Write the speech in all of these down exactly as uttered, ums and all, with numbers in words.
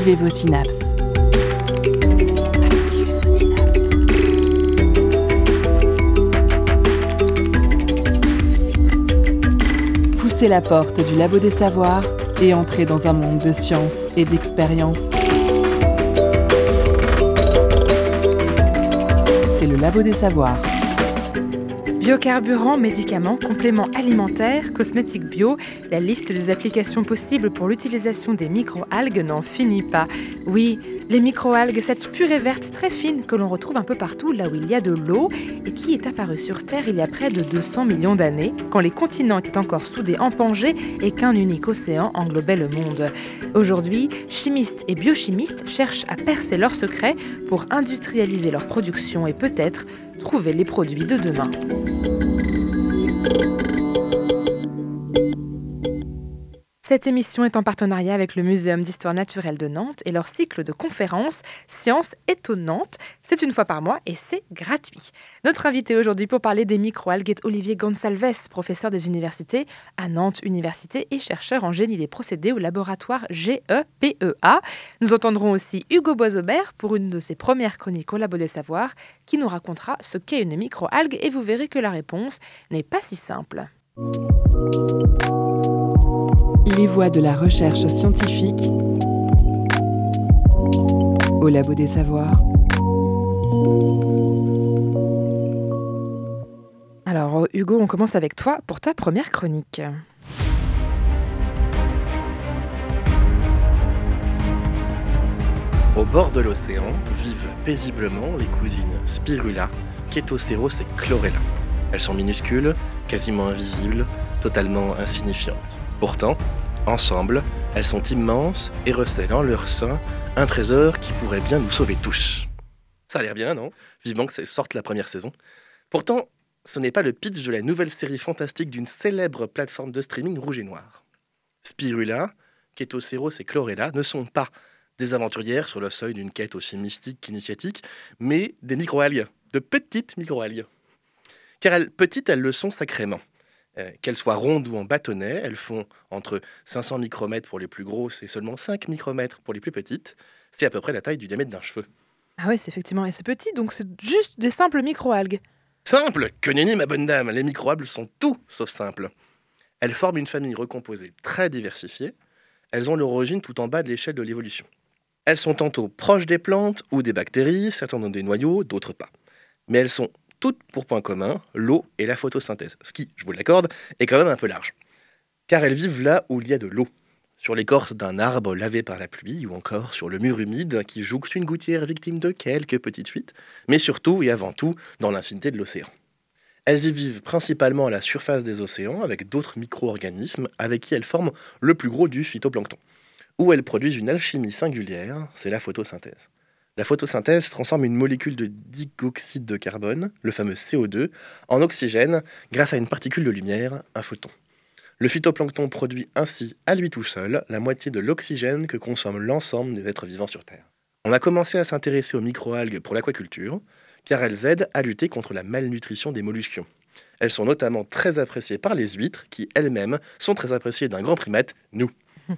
Activez vos synapses. Activez vos synapses. Poussez la porte du Labo des Savoirs et entrez dans un monde de science et d'expérience. C'est le Labo des Savoirs. Biocarburants, médicaments, compléments alimentaires, cosmétiques bio, la liste des applications possibles pour l'utilisation des microalgues n'en finit pas. Oui, les microalgues, cette purée verte très fine que l'on retrouve un peu partout là où il y a de l'eau et qui est apparue sur Terre il y a près de deux cents millions d'années, quand les continents étaient encore soudés en Pangée et qu'un unique océan englobait le monde. Aujourd'hui, chimistes et biochimistes cherchent à percer leurs secrets pour industrialiser leur production et peut-être trouver les produits de demain. Cette émission est en partenariat avec le Muséum d'Histoire Naturelle de Nantes et leur cycle de conférences Sciences étonnantes. C'est une fois par mois et c'est gratuit. Notre invité aujourd'hui pour parler des microalgues est Olivier Gonçalves, professeur des universités à Nantes Université et chercheur en génie des procédés au laboratoire G E P E A. Nous entendrons aussi Hugo Boisaubert pour une de ses premières chroniques au Labo des Savoirs qui nous racontera ce qu'est une microalgue et vous verrez que la réponse n'est pas si simple. Les voies de la recherche scientifique au Labo des Savoirs. Alors Hugo, on commence avec toi pour ta première chronique. Au bord de l'océan vivent paisiblement les cousines Spirula, Chaetoceros et Chlorella. Elles sont minuscules, quasiment invisibles, totalement insignifiantes. Pourtant, ensemble, elles sont immenses et recèlent en leur sein un trésor qui pourrait bien nous sauver tous. Ça a l'air bien, non ? Vivement que ça sorte la première saison. Pourtant, ce n'est pas le pitch de la nouvelle série fantastique d'une célèbre plateforme de streaming rouge et noir. Spirula, Chaetoceros et Chlorella ne sont pas des aventurières sur le seuil d'une quête aussi mystique qu'initiatique, mais des microalgues, de petites microalgues. Car elles, petites, elles le sont sacrément. Euh, qu'elles soient rondes ou en bâtonnets, elles font entre cinq cents micromètres pour les plus grosses et seulement cinq micromètres pour les plus petites. C'est à peu près la taille du diamètre d'un cheveu. Ah oui, c'est effectivement, et c'est petit, donc c'est juste des simples microalgues. Simple, que nenni ma bonne dame, les microalgues sont tout sauf simples. Elles forment une famille recomposée très diversifiée. Elles ont leur origine tout en bas de l'échelle de l'évolution. Elles sont tantôt proches des plantes ou des bactéries, certains ont des noyaux, d'autres pas. Mais elles sont toutes pour point commun, l'eau et la photosynthèse. Ce qui, je vous l'accorde, est quand même un peu large. Car elles vivent là où il y a de l'eau. Sur l'écorce d'un arbre lavé par la pluie, ou encore sur le mur humide qui jouxte une gouttière victime de quelques petites fuites, mais surtout et avant tout dans l'infinité de l'océan. Elles y vivent principalement à la surface des océans avec d'autres micro-organismes avec qui elles forment le plus gros du phytoplancton. Où elles produisent une alchimie singulière, c'est la photosynthèse. La photosynthèse transforme une molécule de digoxyde de carbone, le fameux C O deux, en oxygène grâce à une particule de lumière, un photon. Le phytoplancton produit ainsi, à lui tout seul, la moitié de l'oxygène que consomme l'ensemble des êtres vivants sur Terre. On a commencé à s'intéresser aux microalgues pour l'aquaculture, car elles aident à lutter contre la malnutrition des mollusquions. Elles sont notamment très appréciées par les huîtres, qui elles-mêmes sont très appréciées d'un grand primate, nous.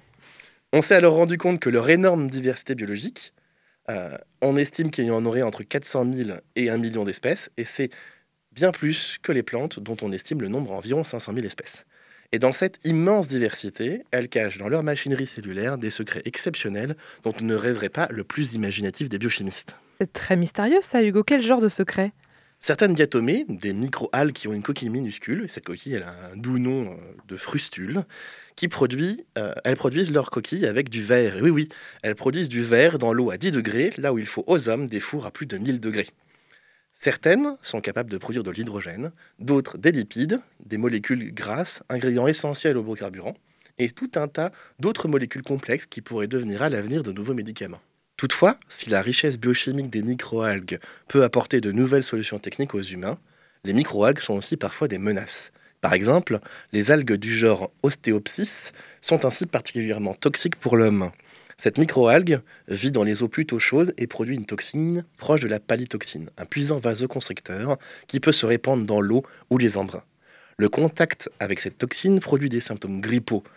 On s'est alors rendu compte que leur énorme diversité biologique, Euh, on estime qu'il y en aurait entre quatre cent mille et un million d'espèces, et c'est bien plus que les plantes, dont on estime le nombre à environ cinq cent mille espèces. Et dans cette immense diversité, elles cachent dans leur machinerie cellulaire des secrets exceptionnels dont on ne rêverait pas le plus imaginatif des biochimistes. C'est très mystérieux ça, Hugo. Quel genre de secret ? Certaines diatomées, des microalgues qui ont une coquille minuscule, cette coquille elle a un doux nom de frustule, qui produit, euh, elles produisent leur coquille avec du verre. Et oui, oui, elles produisent du verre dans l'eau à dix degrés, là où il faut aux hommes des fours à plus de mille degrés. Certaines sont capables de produire de l'hydrogène, d'autres des lipides, des molécules grasses, ingrédients essentiels aux biocarburants, et tout un tas d'autres molécules complexes qui pourraient devenir à l'avenir de nouveaux médicaments. Toutefois, si la richesse biochimique des microalgues peut apporter de nouvelles solutions techniques aux humains, les microalgues sont aussi parfois des menaces. Par exemple, les algues du genre Ostéopsis sont ainsi particulièrement toxiques pour l'homme. Cette microalgue vit dans les eaux plutôt chaudes et produit une toxine proche de la palytoxine, un puissant vasoconstricteur qui peut se répandre dans l'eau ou les embruns. Le contact avec cette toxine produit des symptômes grippaux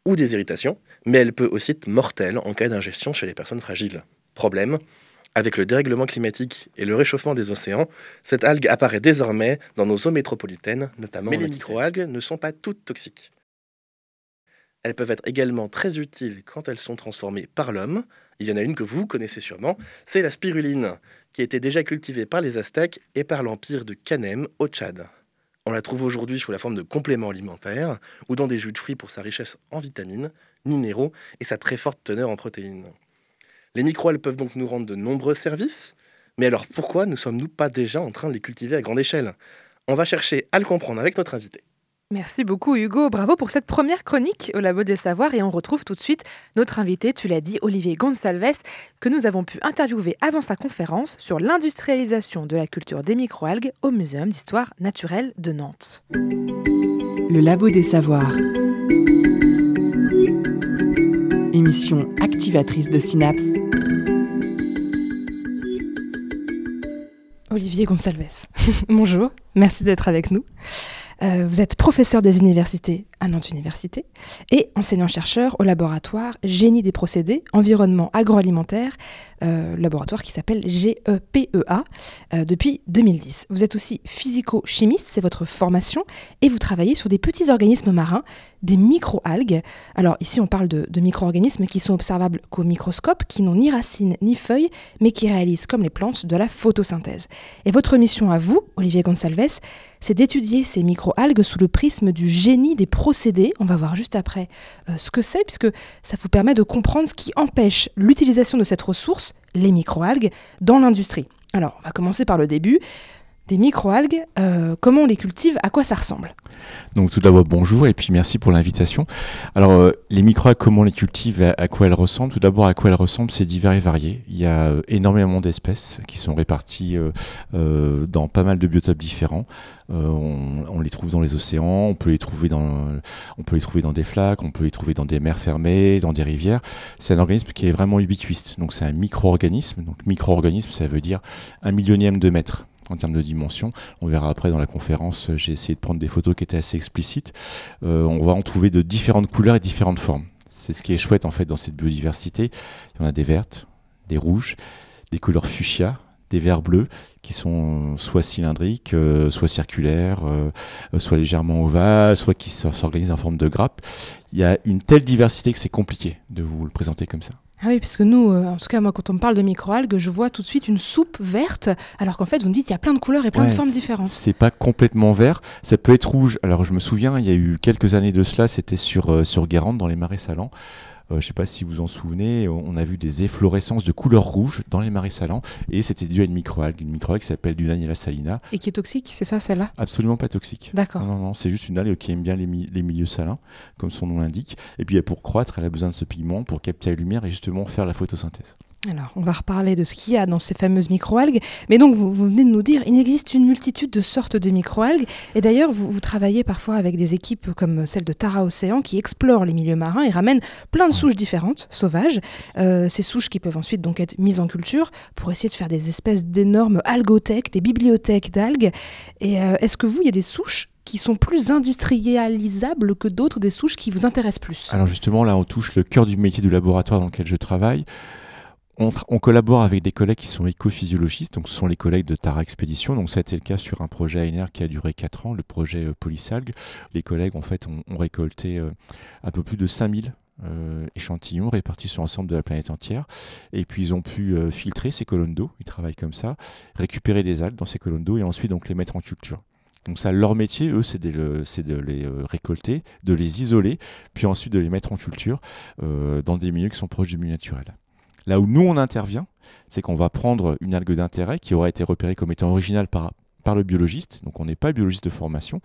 ou des irritations, mais elle peut aussi être mortelle en cas d'ingestion chez les personnes fragiles. Problème, avec le dérèglement climatique et le réchauffement des océans, cette algue apparaît désormais dans nos eaux métropolitaines, notamment. Mais les microalgues ne sont pas toutes toxiques. Elles peuvent être également très utiles quand elles sont transformées par l'homme. Il y en a une que vous connaissez sûrement, c'est la spiruline, qui a été déjà cultivée par les Aztèques et par l'empire de Kanem au Tchad. On la trouve aujourd'hui sous la forme de compléments alimentaires ou dans des jus de fruits pour sa richesse en vitamines, minéraux et sa très forte teneur en protéines. Les microalgues peuvent donc nous rendre de nombreux services, mais alors pourquoi ne sommes-nous pas déjà en train de les cultiver à grande échelle ? On va chercher à le comprendre avec notre invité. Merci beaucoup Hugo, bravo pour cette première chronique au Labo des Savoirs et on retrouve tout de suite notre invité, tu l'as dit, Olivier Gonçalves, que nous avons pu interviewer avant sa conférence sur l'industrialisation de la culture des microalgues au Muséum d'Histoire Naturelle de Nantes. Le Labo des Savoirs. Émission activatrice de synapses. Olivier Gonçalves, bonjour, merci d'être avec nous. Euh, vous êtes professeur des universités à Nantes Université et enseignant-chercheur au laboratoire Génie des procédés, environnement agroalimentaire, euh, laboratoire qui s'appelle G E P E A euh, depuis deux mille dix. Vous êtes aussi physico-chimiste, c'est votre formation, et vous travaillez sur des petits organismes marins, des micro-algues. Alors ici on parle de, de micro-organismes qui sont observables qu'au microscope, qui n'ont ni racines ni feuilles, mais qui réalisent comme les plantes de la photosynthèse. Et votre mission à vous, Olivier Gonçalves, c'est d'étudier ces micro-algues sous le prisme du génie des procédés. On va voir juste après euh, ce que c'est, puisque ça vous permet de comprendre ce qui empêche l'utilisation de cette ressource, les micro-algues, dans l'industrie. Alors, on va commencer par le début. Des micro-algues, euh, comment on les cultive, à quoi ça ressemble ? Donc tout d'abord, bonjour et puis merci pour l'invitation. Alors euh, les micro-algues, comment on les cultive, à, à quoi elles ressemblent ? Tout d'abord, à quoi elles ressemblent, c'est divers et varié. Il y a euh, énormément d'espèces qui sont réparties euh, euh, dans pas mal de biotopes différents. Euh, on, on les trouve dans les océans, on peut les trouver dans, on peut les trouver dans des flaques, on peut les trouver dans des mers fermées, dans des rivières. C'est un organisme qui est vraiment ubiquiste. Donc c'est un micro-organisme. Donc micro-organisme, ça veut dire un millionième de mètre. En termes de dimension, on verra après dans la conférence, j'ai essayé de prendre des photos qui étaient assez explicites. Euh, on va en trouver de différentes couleurs et différentes formes. C'est ce qui est chouette en fait dans cette biodiversité. Il y en a des vertes, des rouges, des couleurs fuchsia, des verts bleus qui sont soit cylindriques, euh, soit circulaires, euh, soit légèrement ovales, soit qui s'organisent en forme de grappe. Il y a une telle diversité que c'est compliqué de vous le présenter comme ça. Ah oui, parce que nous, euh, en tout cas moi quand on me parle de microalgues, je vois tout de suite une soupe verte, alors qu'en fait vous me dites qu'il y a plein de couleurs et plein ouais, de formes c'est, différentes. C'est pas complètement vert, ça peut être rouge. Alors je me souviens, il y a eu quelques années de cela, c'était sur, euh, sur Guérande, dans les marais salants. Euh, je ne sais pas si vous vous en souvenez, on a vu des efflorescences de couleur rouge dans les marais salants et c'était dû à une microalgue, une microalgue qui s'appelle Dunaliella salina. Et qui est toxique, c'est ça celle-là ? Absolument pas toxique. D'accord. Non, non, non, c'est juste une algue qui aime bien les, mi- les milieux salins, comme son nom l'indique. Et puis pour croître, elle a besoin de ce pigment pour capter la lumière et justement faire la photosynthèse. Alors, on va reparler de ce qu'il y a dans ces fameuses microalgues. Mais donc, vous, vous venez de nous dire, il existe une multitude de sortes de microalgues. Et d'ailleurs, vous, vous travaillez parfois avec des équipes comme celle de Tara Océan qui explorent les milieux marins et ramènent plein de souches différentes, sauvages. Euh, ces souches qui peuvent ensuite donc être mises en culture pour essayer de faire des espèces d'énormes algothèques, des bibliothèques d'algues. Et euh, est-ce que vous, il y a des souches qui sont plus industrialisables que d'autres, des souches qui vous intéressent plus ? Alors justement, là, on touche le cœur du métier du laboratoire dans lequel je travaille. On, tra- on collabore avec des collègues qui sont écophysiologistes, donc ce sont les collègues de Tara Expédition. Donc ça a été le cas sur un projet A N R qui a duré quatre ans, le projet euh, Polysalgue. Les collègues en fait ont, ont récolté euh, un peu plus de cinq mille euh, échantillons répartis sur l'ensemble de la planète entière. Et puis ils ont pu euh, filtrer ces colonnes d'eau, ils travaillent comme ça, récupérer des algues dans ces colonnes d'eau et ensuite donc les mettre en culture. Donc ça, leur métier, eux, c'est de, le, c'est de les euh, récolter, de les isoler, puis ensuite de les mettre en culture euh, dans des milieux qui sont proches du milieu naturel. Là où nous, on intervient, c'est qu'on va prendre une algue d'intérêt qui aura été repérée comme étant originale par, par le biologiste. Donc on n'est pas biologiste de formation.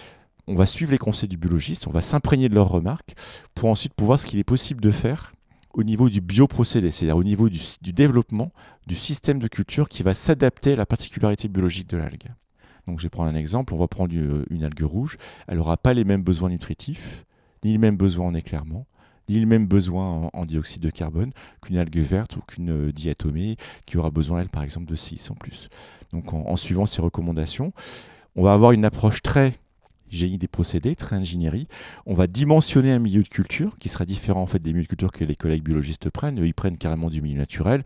On va suivre les conseils du biologiste, on va s'imprégner de leurs remarques pour ensuite pouvoir ce qu'il est possible de faire au niveau du bioprocédé, c'est-à-dire au niveau du, du développement du système de culture qui va s'adapter à la particularité biologique de l'algue. Donc je vais prendre un exemple, on va prendre une, une algue rouge, elle n'aura pas les mêmes besoins nutritifs, ni les mêmes besoins en éclairement, ni le même besoin en, en dioxyde de carbone qu'une algue verte ou qu'une euh, diatomée qui aura besoin, elle, par exemple, de silice en plus. Donc en, en suivant ces recommandations, on va avoir une approche très génie des procédés, trait ingénierie. On va dimensionner un milieu de culture qui sera différent en fait des milieux de culture que les collègues biologistes prennent. Eux, ils prennent carrément du milieu naturel.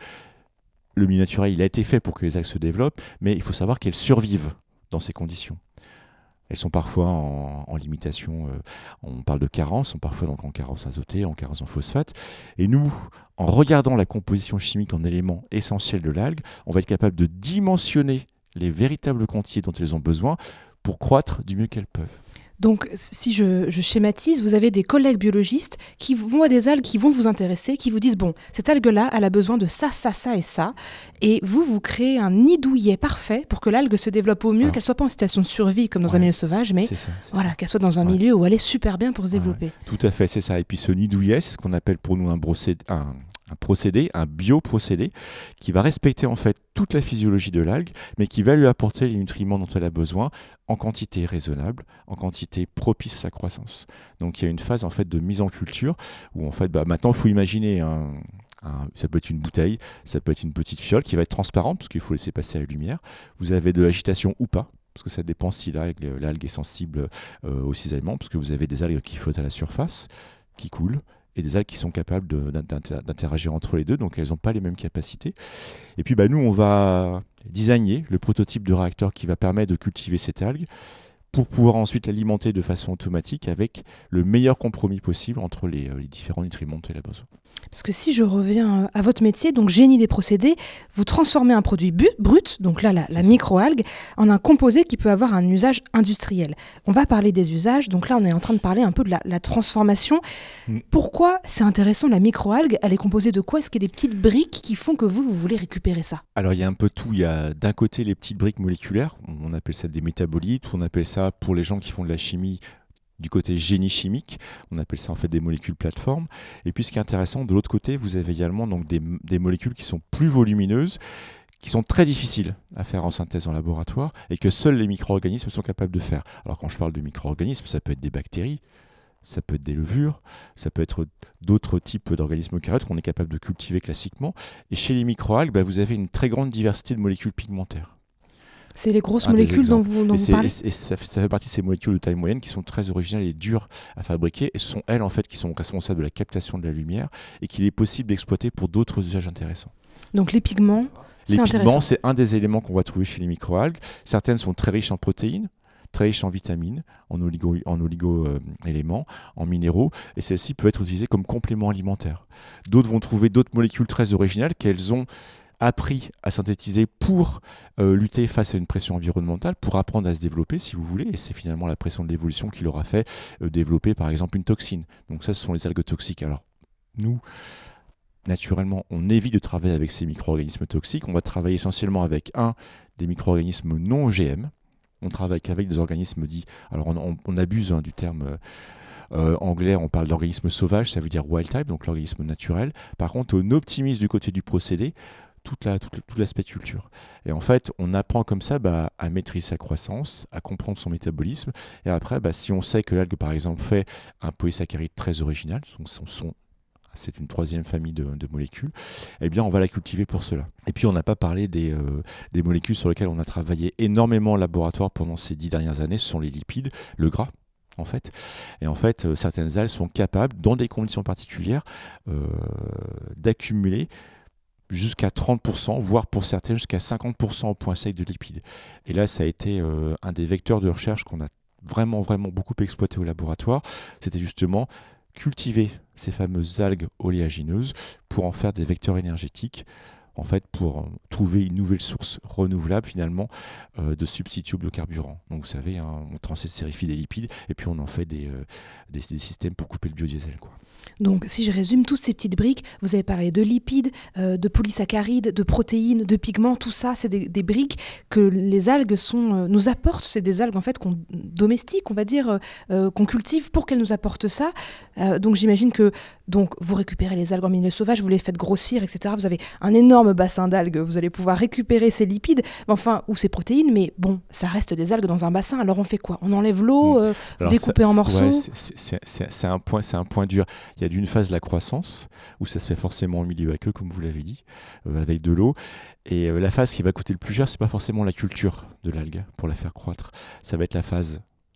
Le milieu naturel, il a été fait pour que les algues se développent, mais il faut savoir qu'elles survivent dans ces conditions. Elles sont parfois en, en limitation, euh, on parle de carence, sont parfois donc en carence azotée, en carence en phosphate. Et nous, en regardant la composition chimique en éléments essentiels de l'algue, on va être capable de dimensionner les véritables quantités dont elles ont besoin pour croître du mieux qu'elles peuvent. Donc, si je, je schématise, vous avez des collègues biologistes qui vont à des algues qui vont vous intéresser, qui vous disent, bon, cette algue-là, elle a besoin de ça, ça, ça et ça. Et vous, vous créez un nid douillet parfait pour que l'algue se développe au mieux, Alors, qu'elle ne soit pas en situation de survie comme dans ouais, un milieu sauvage, mais c'est ça, c'est voilà, ça. qu'elle soit dans un ouais. milieu où elle est super bien pour se développer. Ouais, tout à fait, c'est ça. Et puis ce nid douillet, c'est ce qu'on appelle pour nous un, brocédé, un, un procédé, un bioprocédé, qui va respecter en fait toute la physiologie de l'algue, mais qui va lui apporter les nutriments dont elle a besoin en quantité raisonnable, en quantité propice à sa croissance. Donc il y a une phase en fait de mise en culture où en fait bah, maintenant il faut imaginer un, un, ça peut être une bouteille, ça peut être une petite fiole qui va être transparente parce qu'il faut laisser passer la lumière. Vous avez de l'agitation ou pas, parce que ça dépend si l'algue, l'algue est sensible euh, au cisaillement, parce que vous avez des algues qui flottent à la surface, qui coulent, et des algues qui sont capables de, d'interagir entre les deux, donc elles n'ont pas les mêmes capacités. Et puis bah, nous, on va designer le prototype de réacteur qui va permettre de cultiver cette algue pour pouvoir ensuite l'alimenter de façon automatique avec le meilleur compromis possible entre les, les différents nutriments dont elle a besoin. Parce que si je reviens à votre métier, donc génie des procédés, vous transformez un produit bu- brut, donc là la, la microalgue, en un composé qui peut avoir un usage industriel. On va parler des usages, donc là on est en train de parler un peu de la, la transformation. Mm. Pourquoi c'est intéressant la microalgue ? Elle est composée de quoi ? Est-ce qu'il y a des petites briques qui font que vous, vous voulez récupérer ça ? Alors il y a un peu tout, il y a d'un côté les petites briques moléculaires, on appelle ça des métabolites, ou on appelle ça pour les gens qui font de la chimie, du côté génie chimique, on appelle ça en fait des molécules plateformes. Et puis ce qui est intéressant, de l'autre côté, vous avez également donc des, des molécules qui sont plus volumineuses, qui sont très difficiles à faire en synthèse en laboratoire et que seuls les micro-organismes sont capables de faire. Alors quand je parle de micro-organismes, ça peut être des bactéries, ça peut être des levures, ça peut être d'autres types d'organismes eucaryotes qu'on est capable de cultiver classiquement. Et chez les microalgues, bah, vous avez une très grande diversité de molécules pigmentaires. C'est les grosses un molécules dont vous, dont et vous parlez. Et, et ça, fait, ça fait partie de ces molécules de taille moyenne qui sont très originales et dures à fabriquer. Et ce sont elles en fait qui sont responsables de la captation de la lumière et qu'il est possible d'exploiter pour d'autres usages intéressants. Donc les pigments, c'est les intéressant. Les pigments, c'est un des éléments qu'on va trouver chez les microalgues. Certaines sont très riches en protéines, très riches en vitamines, en oligo, en oligo euh, éléments, en minéraux. Et celles-ci peuvent être utilisées comme complément alimentaire. D'autres vont trouver d'autres molécules très originales qu'elles ont appris à synthétiser pour euh, lutter face à une pression environnementale, pour apprendre à se développer, si vous voulez. Et c'est finalement la pression de l'évolution qui leur a fait euh, développer, par exemple, une toxine. Donc ça, ce sont les algues toxiques. Alors, nous, naturellement, on évite de travailler avec ces micro-organismes toxiques. On va travailler essentiellement avec, un, des micro-organismes non O G M. On travaille qu'avec des organismes dits... Alors, on, on, on abuse hein, du terme... Euh, Euh, anglais, on parle d'organisme sauvage, ça veut dire wild type, donc l'organisme naturel. Par contre, on optimise du côté du procédé toute la, toute, tout l'aspect culture. Et en fait, on apprend comme ça bah, à maîtriser sa croissance, à comprendre son métabolisme. Et après, bah, si on sait que l'algue, par exemple, fait un polysaccharide très original, donc son, son, c'est une troisième famille de, de molécules, eh bien, on va la cultiver pour cela. Et puis, on n'a pas parlé des, euh, des molécules sur lesquelles on a travaillé énormément en laboratoire pendant ces dix dernières années, ce sont les lipides, le gras. En fait. Et en fait, euh, certaines algues sont capables, dans des conditions particulières, euh, d'accumuler jusqu'à trente pour cent, voire pour certaines jusqu'à cinquante pour cent au point sec de lipides. Et là, ça a été euh, un des vecteurs de recherche qu'on a vraiment, vraiment beaucoup exploité au laboratoire. C'était justement cultiver ces fameuses algues oléagineuses pour en faire des vecteurs énergétiques, en fait, pour trouver une nouvelle source renouvelable, finalement, euh, de substituts de carburant. Donc, vous savez, hein, on transestérifie des lipides et puis on en fait des, euh, des, des systèmes pour couper le biodiesel, quoi. Donc, si je résume toutes ces petites briques, vous avez parlé de lipides, euh, de polysaccharides, de protéines, de pigments, tout ça, c'est des, des briques que les algues sont, euh, nous apportent. C'est des algues en fait qu'on domestique, on va dire, euh, qu'on cultive pour qu'elles nous apportent ça. Euh, donc, j'imagine que donc vous récupérez les algues en milieu sauvage, vous les faites grossir, et cetera. Vous avez un énorme bassin d'algues, vous allez pouvoir récupérer ces lipides, enfin ou ces protéines, mais bon, ça reste des algues dans un bassin. Alors, on fait quoi ? On enlève l'eau, euh, vous découpez en morceaux. Ouais, c'est, c'est, c'est, c'est un point, c'est un point dur. Il y a d'une phase la croissance, où ça se fait forcément en milieu aqueux, comme vous l'avez dit, euh, avec de l'eau. Et euh, la phase qui va coûter le plus cher, c'est pas forcément la culture de l'algue pour la faire croître. Ça va être la phase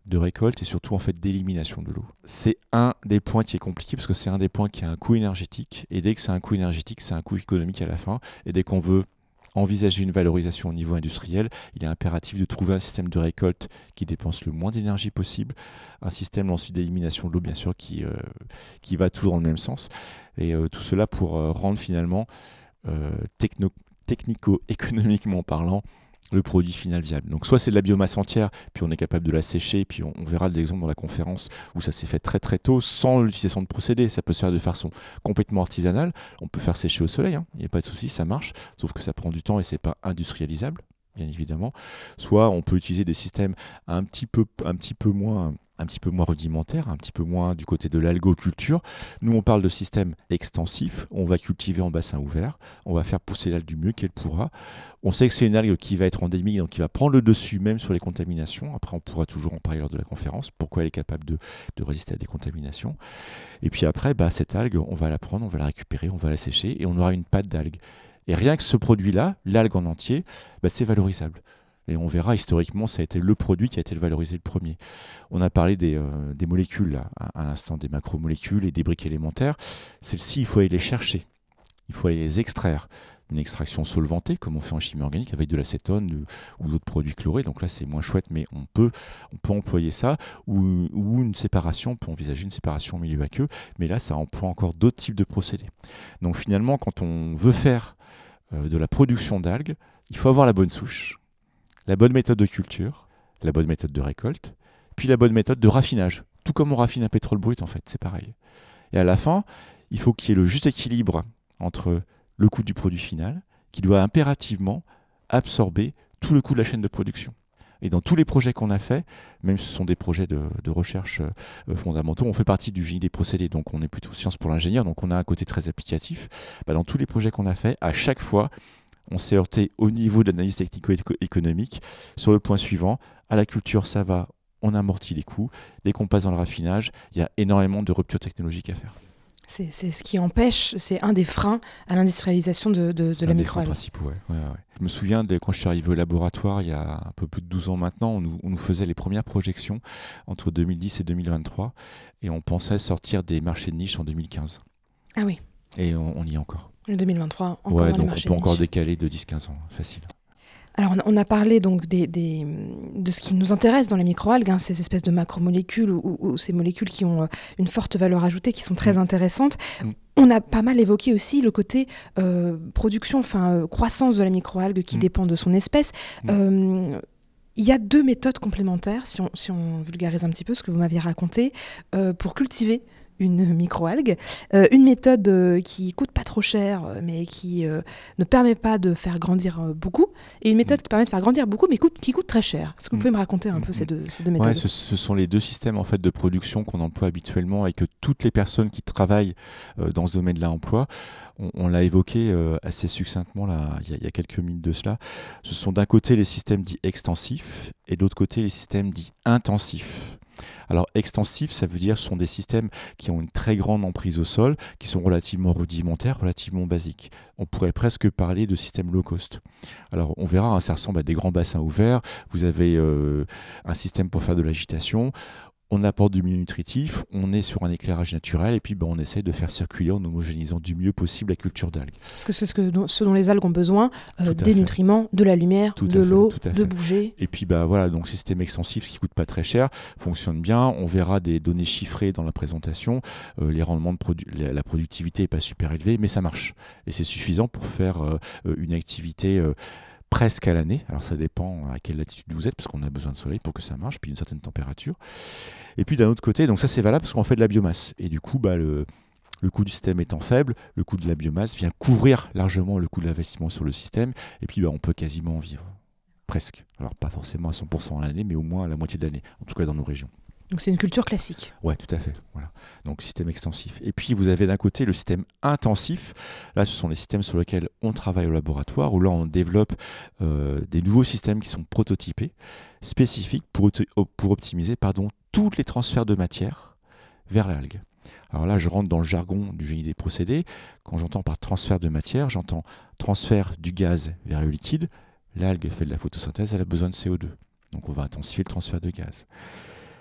de récolte et surtout en fait d'élimination de l'eau. C'est un des points qui est compliqué parce que c'est un des points qui a un coût énergétique et dès que c'est un coût énergétique, c'est un coût économique à la fin et dès qu'on veut envisager une valorisation au niveau industriel, il est impératif de trouver un système de récolte qui dépense le moins d'énergie possible, un système ensuite d'élimination de l'eau bien sûr qui, euh, qui va toujours dans le même sens et euh, tout cela pour euh, rendre finalement euh, techno- technico-économiquement parlant le produit final viable. Donc soit c'est de la biomasse entière, puis on est capable de la sécher, puis on, on verra des exemples dans la conférence où ça s'est fait très très tôt, sans l'utilisation de procédés. Ça peut se faire de façon complètement artisanale. On peut faire sécher au soleil, hein. Il n'y a pas de souci, ça marche, sauf que ça prend du temps et c'est pas industrialisable, bien évidemment. Soit on peut utiliser des systèmes un petit peu, un petit peu moins... un petit peu moins rudimentaire, un petit peu moins du côté de l'algoculture. Nous, on parle de système extensif. On va cultiver en bassin ouvert. On va faire pousser l'algue du mieux qu'elle pourra. On sait que c'est une algue qui va être endémique, donc qui va prendre le dessus même sur les contaminations. Après, on pourra toujours en parler lors de la conférence. Pourquoi elle est capable de, de résister à des contaminations. Et puis après, bah, cette algue, on va la prendre, on va la récupérer, on va la sécher et on aura une pâte d'algue. Et rien que ce produit-là, l'algue en entier, bah, c'est valorisable. Et on verra, historiquement, ça a été le produit qui a été valorisé le premier. On a parlé des, euh, des molécules, là, à, à l'instant, des macromolécules et des briques élémentaires. Celles-ci, il faut aller les chercher. Il faut aller les extraire. Une extraction solvantée, comme on fait en chimie organique, avec de l'acétone de, ou d'autres produits chlorés. Donc là, c'est moins chouette, mais on peut, on peut employer ça. Ou, ou une séparation, on peut envisager une séparation au milieu aqueux. Mais là, ça emploie encore d'autres types de procédés. Donc finalement, quand on veut faire euh, de la production d'algues, il faut avoir la bonne souche, la bonne méthode de culture, la bonne méthode de récolte, puis la bonne méthode de raffinage. Tout comme on raffine un pétrole brut, en fait, c'est pareil. Et à la fin, il faut qu'il y ait le juste équilibre entre le coût du produit final, qui doit impérativement absorber tout le coût de la chaîne de production. Et dans tous les projets qu'on a faits, même si ce sont des projets de, de recherche euh, fondamentaux, on fait partie du génie des procédés, donc on est plutôt science pour l'ingénieur, donc on a un côté très applicatif. Bah, dans tous les projets qu'on a faits, à chaque fois, on s'est heurté au niveau de l'analyse technico-économique sur le point suivant. À la culture, ça va, on amortit les coûts. Dès qu'on passe dans le raffinage, il y a énormément de ruptures technologiques à faire. C'est, c'est ce qui empêche, c'est un des freins à l'industrialisation de, de, de la microalgue. C'est un des freins principaux, ouais. Ouais, ouais. Je me souviens de quand je suis arrivé au laboratoire, il y a un peu plus de douze ans maintenant, on nous, on nous faisait les premières projections entre deux mille dix et deux mille vingt-trois, et on pensait sortir des marchés de niche en deux mille quinze. Ah oui. Et on, on y est encore. deux mille vingt-trois, encore ouais, dans donc les marchés on peut de encore niche. décaler de dix à quinze ans, facile. Alors, on a, on a parlé donc des, des, de ce qui nous intéresse dans les microalgues, hein, ces espèces de macromolécules ou, ou, ou ces molécules qui ont une forte valeur ajoutée, qui sont très mmh. intéressantes. Mmh. On a pas mal évoqué aussi le côté euh, production, enfin euh, croissance de la microalgue qui mmh. dépend de son espèce. Mmh. Euh, il y a deux méthodes complémentaires, si on, si on vulgarise un petit peu ce que vous m'aviez raconté, euh, pour cultiver une microalgue, euh, une méthode euh, qui coûte pas trop cher, euh, mais qui euh, ne permet pas de faire grandir euh, beaucoup, et une méthode mmh. qui permet de faire grandir beaucoup, mais coûte, qui coûte très cher. Est-ce que vous pouvez me raconter un mmh. peu ces deux, ces deux méthodes ? Ouais, ce, ce sont les deux systèmes en fait de production qu'on emploie habituellement et que toutes les personnes qui travaillent euh, dans ce domaine-là emploient. On, on l'a évoqué euh, assez succinctement là, il y, y a quelques minutes de cela. Ce sont d'un côté les systèmes dits extensifs et de l'autre côté les systèmes dits intensifs. Alors extensif, ça veut dire ce sont des systèmes qui ont une très grande emprise au sol, qui sont relativement rudimentaires, relativement basiques. On pourrait presque parler de système low cost. Alors on verra, hein, ça ressemble à des grands bassins ouverts, vous avez euh, un système pour faire de l'agitation, on apporte du milieu nutritif, on est sur un éclairage naturel et puis ben, on essaie de faire circuler en homogénéisant du mieux possible la culture d'algues. Parce que c'est ce, que, ce dont les algues ont besoin, euh, des fait. nutriments, de la lumière, tout de l'eau, fait, de bouger. Et puis bah, voilà, donc système extensif qui ne coûte pas très cher, fonctionne bien, on verra des données chiffrées dans la présentation, euh, les rendements de produ- la, la productivité n'est pas super élevée, mais ça marche. Et c'est suffisant pour faire euh, une activité... Euh, presque à l'année, alors ça dépend à quelle latitude vous êtes, parce qu'on a besoin de soleil pour que ça marche, puis une certaine température. Et puis d'un autre côté, donc ça c'est valable parce qu'on fait de la biomasse. Et du coup, bah, le, le coût du système étant faible, le coût de la biomasse vient couvrir largement le coût de l'investissement sur le système, et puis bah, on peut quasiment en vivre. Presque. Alors pas forcément à cent pour cent à l'année, mais au moins à la moitié de l'année, en tout cas dans nos régions. Donc c'est une culture classique. Ouais, tout à fait. Voilà. Donc système extensif. Et puis vous avez d'un côté le système intensif. Là, ce sont les systèmes sur lesquels on travaille au laboratoire, où là on développe euh, des nouveaux systèmes qui sont prototypés, spécifiques pour, pour optimiser pardon, tous les transferts de matière vers l'algue. Alors là, je rentre dans le jargon du génie des procédés. Quand j'entends par transfert de matière, j'entends transfert du gaz vers le liquide. L'algue fait de la photosynthèse, elle a besoin de C O deux. Donc on va intensifier le transfert de gaz.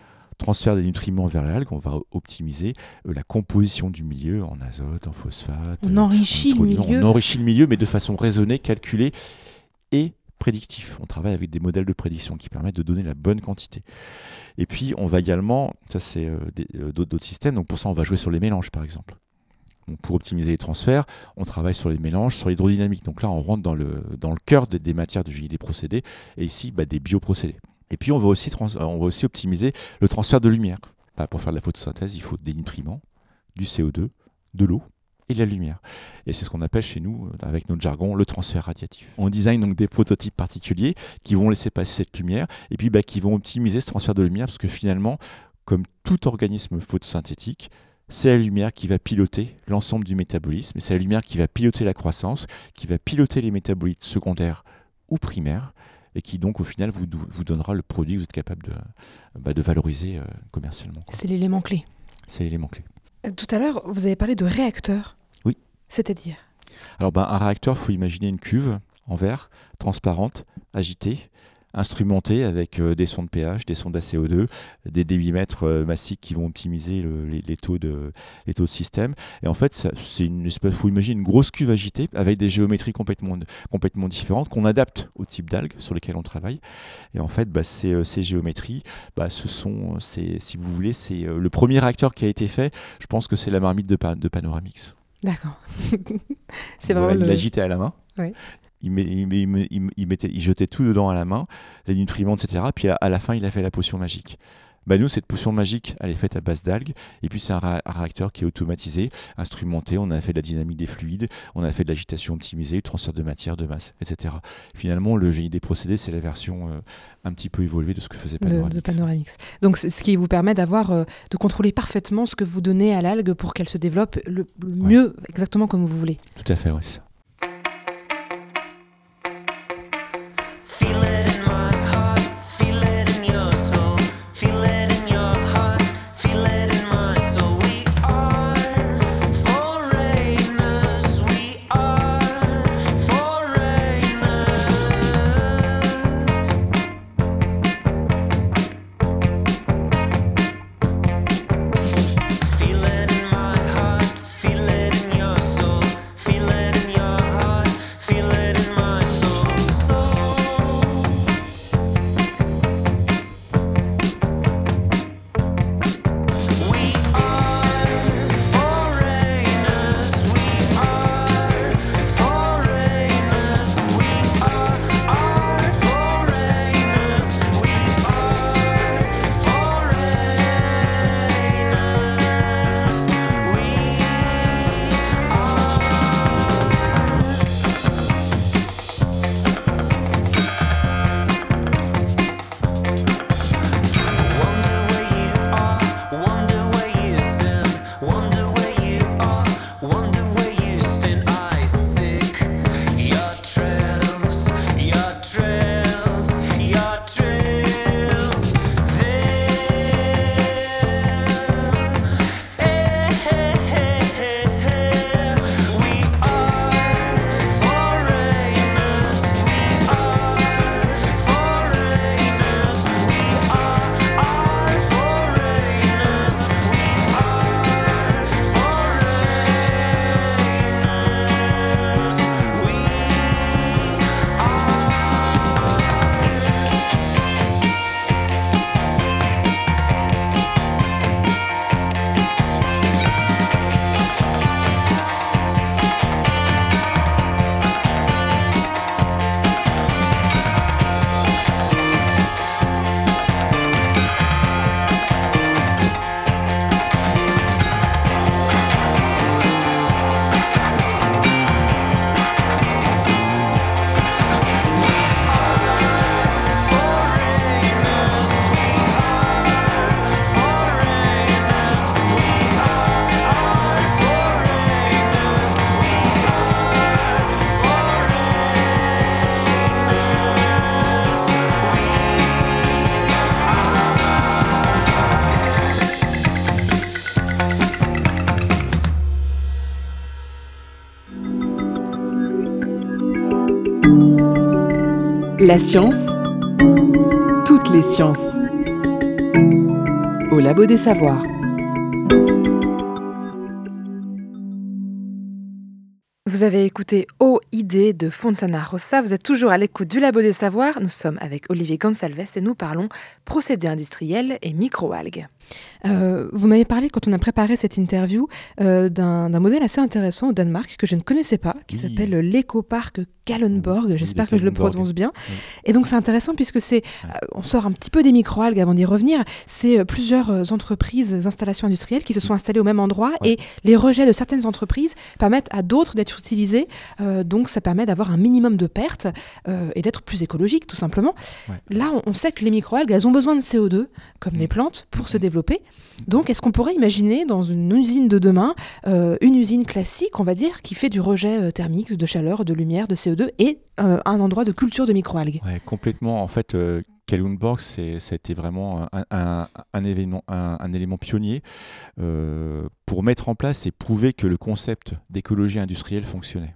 transfert des nutriments vers l'algue, on va optimiser euh, la composition du milieu en azote, en phosphate. On enrichit le milieu. On enrichit le milieu, mais de façon raisonnée, calculée et prédictif. On travaille avec des modèles de prédiction qui permettent de donner la bonne quantité. Et puis, on va également, ça c'est euh, des, euh, d'autres, d'autres systèmes, donc pour ça, on va jouer sur les mélanges, par exemple. Donc pour optimiser les transferts, on travaille sur les mélanges, sur l'hydrodynamique. Donc là, on rentre dans le, dans le cœur des, des matières de génie des procédés, et ici, bah, des bioprocédés. Et puis, on va aussi, trans- on va aussi optimiser le transfert de lumière. Bah, pour faire de la photosynthèse, il faut des nutriments, du C O deux, de l'eau et de la lumière. Et c'est ce qu'on appelle chez nous, avec notre jargon, le transfert radiatif. On design donc des prototypes particuliers qui vont laisser passer cette lumière, et puis bah, qui vont optimiser ce transfert de lumière, parce que finalement, comme tout organisme photosynthétique, c'est la lumière qui va piloter l'ensemble du métabolisme, et c'est la lumière qui va piloter la croissance, qui va piloter les métabolites secondaires ou primaires, et qui donc au final vous, vous donnera le produit que vous êtes capable de, bah, de valoriser euh, commercialement. Quoi. C'est l'élément clé. C'est l'élément clé. Euh, tout à l'heure, vous avez parlé de réacteur. Oui. C'est-à-dire ? Alors bah, un réacteur, il faut imaginer une cuve en verre, transparente, agitée, instrumentée avec euh, des sondes pH, des sondes A C O deux, des débitmètres euh, massiques qui vont optimiser le, les, les, taux de, les taux de système. Et en fait, ça, c'est une espèce, faut imaginer une grosse cuve agitée avec des géométries complètement, complètement différentes qu'on adapte au type d'algues sur lesquelles on travaille. Et en fait, bah, ces, ces géométries, bah, ce sont, c'est, si vous voulez, c'est euh, le premier réacteur qui a été fait. Je pense que c'est la marmite de, de Panoramix. D'accord. C'est voilà, vraiment il le... l'agitait à la main. Oui. Il, met, il, met, il, met, il, mettait, il jetait tout dedans à la main, les nutriments, et cetera. Puis à, à la fin, il a fait la potion magique. Bah nous, cette potion magique, elle est faite à base d'algues. Et puis, c'est un, ra- un réacteur qui est automatisé, instrumenté. On a fait de la dynamique des fluides, on a fait de l'agitation optimisée, du transfert de matière, de masse, et cetera. Finalement, le génie des procédés, c'est la version euh, un petit peu évoluée de ce que faisait Panoramix. De, de Panoramix. Donc, c'est ce qui vous permet d'avoir, euh, de contrôler parfaitement ce que vous donnez à l'algue pour qu'elle se développe le, le ouais. mieux, exactement comme vous voulez. Tout à fait, oui, c'est ça. La science, toutes les sciences. au Labo des Savoirs. Vous avez écouté Eau Idée de Fontana Rossa. Vous êtes toujours à l'écoute du Labo des Savoirs. Nous sommes avec Olivier Gonçalves et nous parlons procédés industriels et microalgues. Euh, vous m'avez parlé, quand on a préparé cette interview, euh, d'un, d'un modèle assez intéressant au Danemark que je ne connaissais pas, qui oui. s'appelle l'écoparc Kalundborg. Oui, J'espère que je le prononce bien. Oui. Et donc c'est intéressant puisque c'est, euh, on sort un petit peu des microalgues avant d'y revenir. C'est euh, plusieurs entreprises, installations industrielles qui se sont installées au même endroit ouais. et les rejets de certaines entreprises permettent à d'autres d'être utilisés. Euh, donc ça permet d'avoir un minimum de pertes euh, et d'être plus écologique tout simplement. Ouais. Là, on, on sait que les microalgues, elles ont besoin de C O deux comme mmh. les plantes pour mmh. se développer. Donc, est-ce qu'on pourrait imaginer dans une usine de demain, euh, une usine classique, on va dire, qui fait du rejet euh, thermique, de chaleur, de lumière, de C O deux et euh, un endroit de culture de microalgues ? Ouais, complètement. En fait, euh, Kalundborg, c'est, ça a été vraiment un, un, un, événement, un, un élément pionnier euh, pour mettre en place et prouver que le concept d'écologie industrielle fonctionnait.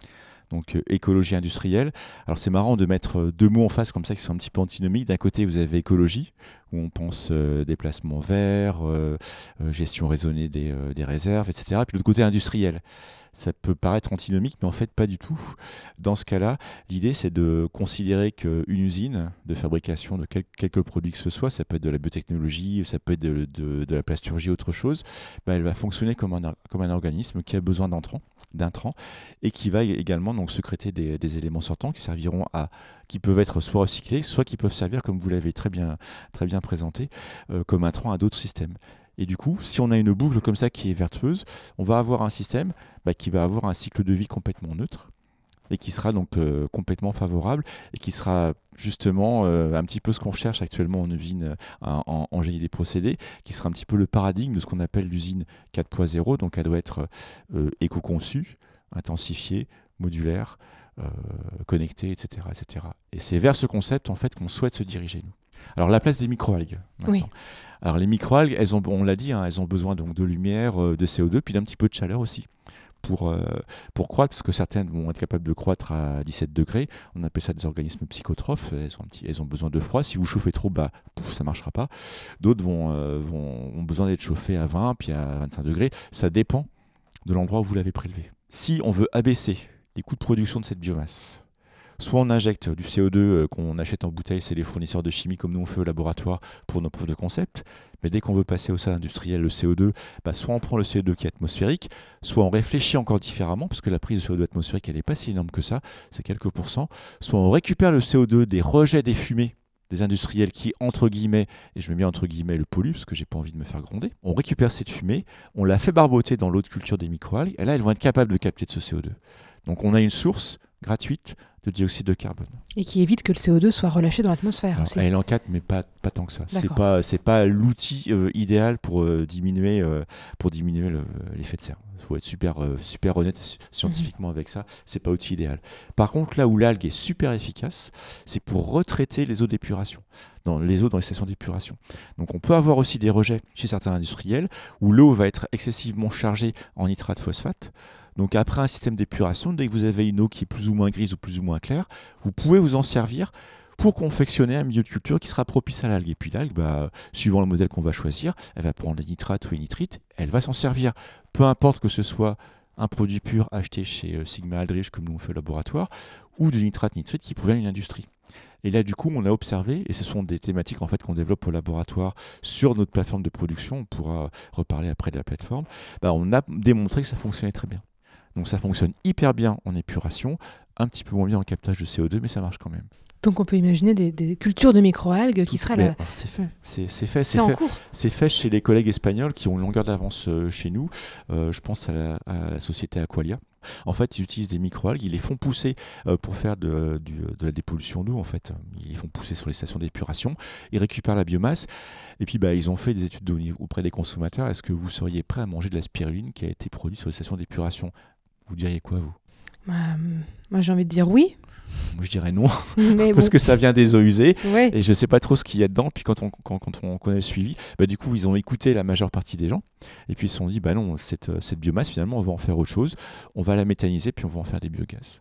Donc euh, écologie industrielle. Alors c'est marrant de mettre deux mots en face comme ça qui sont un petit peu antinomiques. D'un côté vous avez écologie, où on pense euh, déplacement vert, euh, euh, gestion raisonnée des, euh, des réserves, et cetera. Puis de l'autre côté industriel. Ça peut paraître antinomique, mais en fait pas du tout. Dans ce cas-là, l'idée c'est de considérer qu'une usine de fabrication de quel, quelque produit que ce soit, ça peut être de la biotechnologie, ça peut être de, de, de la plasturgie, autre chose, bah, elle va fonctionner comme un, comme un organisme qui a besoin d'intrants, d'intrants et qui va également donc sécréter des, des éléments sortants qui serviront à qui peuvent être soit recyclés, soit qui peuvent servir, comme vous l'avez très bien, très bien présenté, euh, comme intrants à d'autres systèmes. Et du coup, si on a une boucle comme ça qui est vertueuse, on va avoir un système bah, qui va avoir un cycle de vie complètement neutre et qui sera donc euh, complètement favorable et qui sera justement euh, un petit peu ce qu'on cherche actuellement en usine, euh, en, en génie des procédés, qui sera un petit peu le paradigme de ce qu'on appelle l'usine quatre point zéro. Donc elle doit être euh, éco-conçue, intensifiée, modulaire, euh, connectée, et cetera, et cetera. Et c'est vers ce concept en fait qu'on souhaite se diriger nous. Alors la place des microalgues. Oui. Alors les microalgues, elles ont, on l'a dit, hein, elles ont besoin donc de lumière, euh, de C O deux, puis d'un petit peu de chaleur aussi pour euh, pour croître, parce que certaines vont être capables de croître à dix-sept degrés. On appelle ça des organismes psychotrophes. Elles ont, un petit, elles ont besoin de froid. Si vous chauffez trop, bah pouf, ça marchera pas. D'autres vont, euh, vont ont besoin d'être chauffées à vingt, puis à vingt-cinq degrés. Ça dépend de l'endroit où vous l'avez prélevé. Si on veut abaisser les coûts de production de cette biomasse, soit on injecte du C O deux euh, qu'on achète en bouteille, c'est les fournisseurs de chimie comme nous on fait au laboratoire pour nos preuves de concept, mais dès qu'on veut passer au stade industriel, le C O deux, bah soit on prend le C O deux qui est atmosphérique, soit on réfléchit encore différemment, parce que la prise de C O deux atmosphérique elle n'est pas si énorme que ça, c'est quelques pourcents, soit on récupère le C O deux des rejets des fumées des industriels qui, entre guillemets, et je mets bien entre guillemets le polluent, parce que j'ai pas envie de me faire gronder, on récupère cette fumée, on la fait barboter dans l'eau de culture des microalgues, et là elles vont être capables de capter de ce C O deux. Donc on a une source gratuite de dioxyde de carbone. Et qui évite que le C O deux soit relâché dans l'atmosphère. Alors, aussi. Elle encadre, mais pas, pas tant que ça. D'accord. C'est pas, c'est pas l'outil euh, idéal pour euh, diminuer, euh, pour diminuer le, l'effet de serre. Il faut être super, euh, super honnête scientifiquement mmh. avec ça. C'est pas l'outil idéal. Par contre, là où l'algue est super efficace, c'est pour retraiter les eaux d'épuration. Dans les eaux dans les stations d'épuration. Donc on peut avoir aussi des rejets chez certains industriels où l'eau va être excessivement chargée en nitrate phosphate. Donc après un système d'épuration, dès que vous avez une eau qui est plus ou moins grise ou plus ou moins claire, vous pouvez vous en servir pour confectionner un milieu de culture qui sera propice à l'algue. Et puis l'algue, bah, suivant le modèle qu'on va choisir, elle va prendre les nitrates ou les nitrites, elle va s'en servir. Peu importe que ce soit un produit pur acheté chez euh, Sigma Aldrich comme nous on fait au laboratoire, ou du nitrate nitrite qui provient d'une industrie. Et là, du coup, on a observé, et ce sont des thématiques en fait qu'on développe au laboratoire sur notre plateforme de production, on pourra reparler après de la plateforme, bah, on a démontré que ça fonctionnait très bien. Donc ça fonctionne hyper bien en épuration, un petit peu moins bien en captage de C O deux, mais ça marche quand même. Donc on peut imaginer des, des cultures de microalgues qui seraient là. C'est fait, c'est, c'est fait, c'est, c'est fait. en cours. C'est fait chez les collègues espagnols qui ont une longueur d'avance euh, chez nous. Euh, je pense à la, à la société Aqualia. En fait, ils utilisent des microalgues, ils les font pousser euh, pour faire de, du, de la dépollution d'eau. En fait, ils les font pousser sur les stations d'épuration. Ils récupèrent la biomasse. Et puis, bah, ils ont fait des études de, auprès des consommateurs. Est-ce que vous seriez prêt à manger de la spiruline qui a été produite sur les stations d'épuration ? Vous diriez quoi, vous ? euh, Moi, j'ai envie de dire oui. Moi, je dirais non, mais parce bon. que ça vient des eaux usées, ouais. et je ne sais pas trop ce qu'il y a dedans. Puis quand on, quand, quand on connaît le suivi, bah, du coup, ils ont écouté la majeure partie des gens, et puis ils se sont dit, bah non, cette, cette biomasse, finalement, on va en faire autre chose, on va la méthaniser, puis on va en faire des biogaz.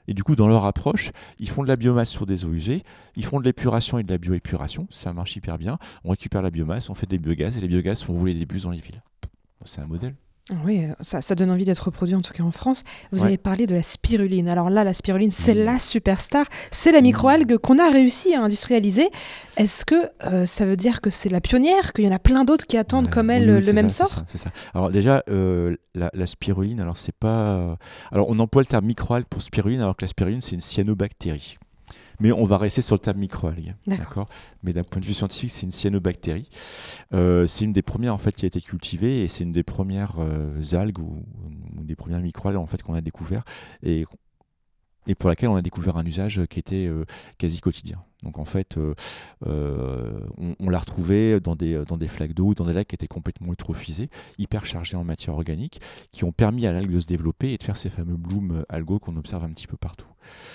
Et du coup, dans leur approche, ils font de la biomasse sur des eaux usées, ils font de l'épuration et de la bioépuration, ça marche hyper bien. On récupère la biomasse, on fait des biogaz, et les biogaz font rouler des bus dans les villes. C'est un modèle. Oui, ça, ça donne envie d'être reproduit, en tout cas en France. Vous Ouais. avez parlé de la spiruline. Alors là, la spiruline, c'est Oui. la superstar. C'est la microalgue qu'on a réussi à industrialiser. Est-ce que euh, ça veut dire que c'est la pionnière, qu'il y en a plein d'autres qui attendent Ouais, comme elle oui, oui, le c'est même ça, sort? c'est ça, c'est ça. Alors déjà, euh, la, la spiruline, alors c'est pas... euh, Alors on emploie le terme microalgue pour spiruline, alors que la spiruline, c'est une cyanobactérie. Mais on va rester sur le terme microalgue. D'accord. Mais d'un point de vue scientifique, c'est une cyanobactérie. Euh, c'est une des premières en fait qui a été cultivée et c'est une des premières euh, algues ou, ou des premières microalgues en fait qu'on a découvert et, et pour laquelle on a découvert un usage qui était euh, quasi quotidien. Donc en fait, euh, euh, on, on l'a retrouvée dans des, dans des flaques d'eau, dans des lacs qui étaient complètement eutrophisés, hyper chargés en matière organique, qui ont permis à l'algue de se développer et de faire ces fameux blooms algaux qu'on observe un petit peu partout.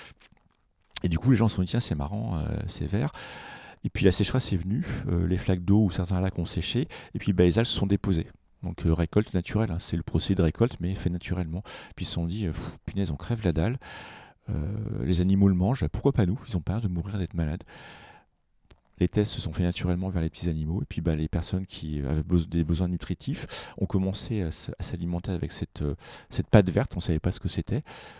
Et du coup, les gens se sont dit, tiens, c'est marrant, euh, c'est vert. Et puis la sécheresse est venue, euh, les flaques d'eau ou certains lacs ont séché, et puis bah, les algues se sont déposées. Donc euh, récolte naturelle, hein, c'est le procédé de récolte, mais fait naturellement. Puis ils se sont dit, euh, pff, punaise, on crève la dalle, euh, les animaux le mangent, pourquoi pas nous? Ils ont peur de mourir, d'être malades. Les tests se sont faits naturellement vers les petits animaux, et puis bah, les personnes qui avaient be- des besoins nutritifs ont commencé à, s- à s'alimenter avec cette, euh, cette pâte verte, on ne savait pas ce que c'était.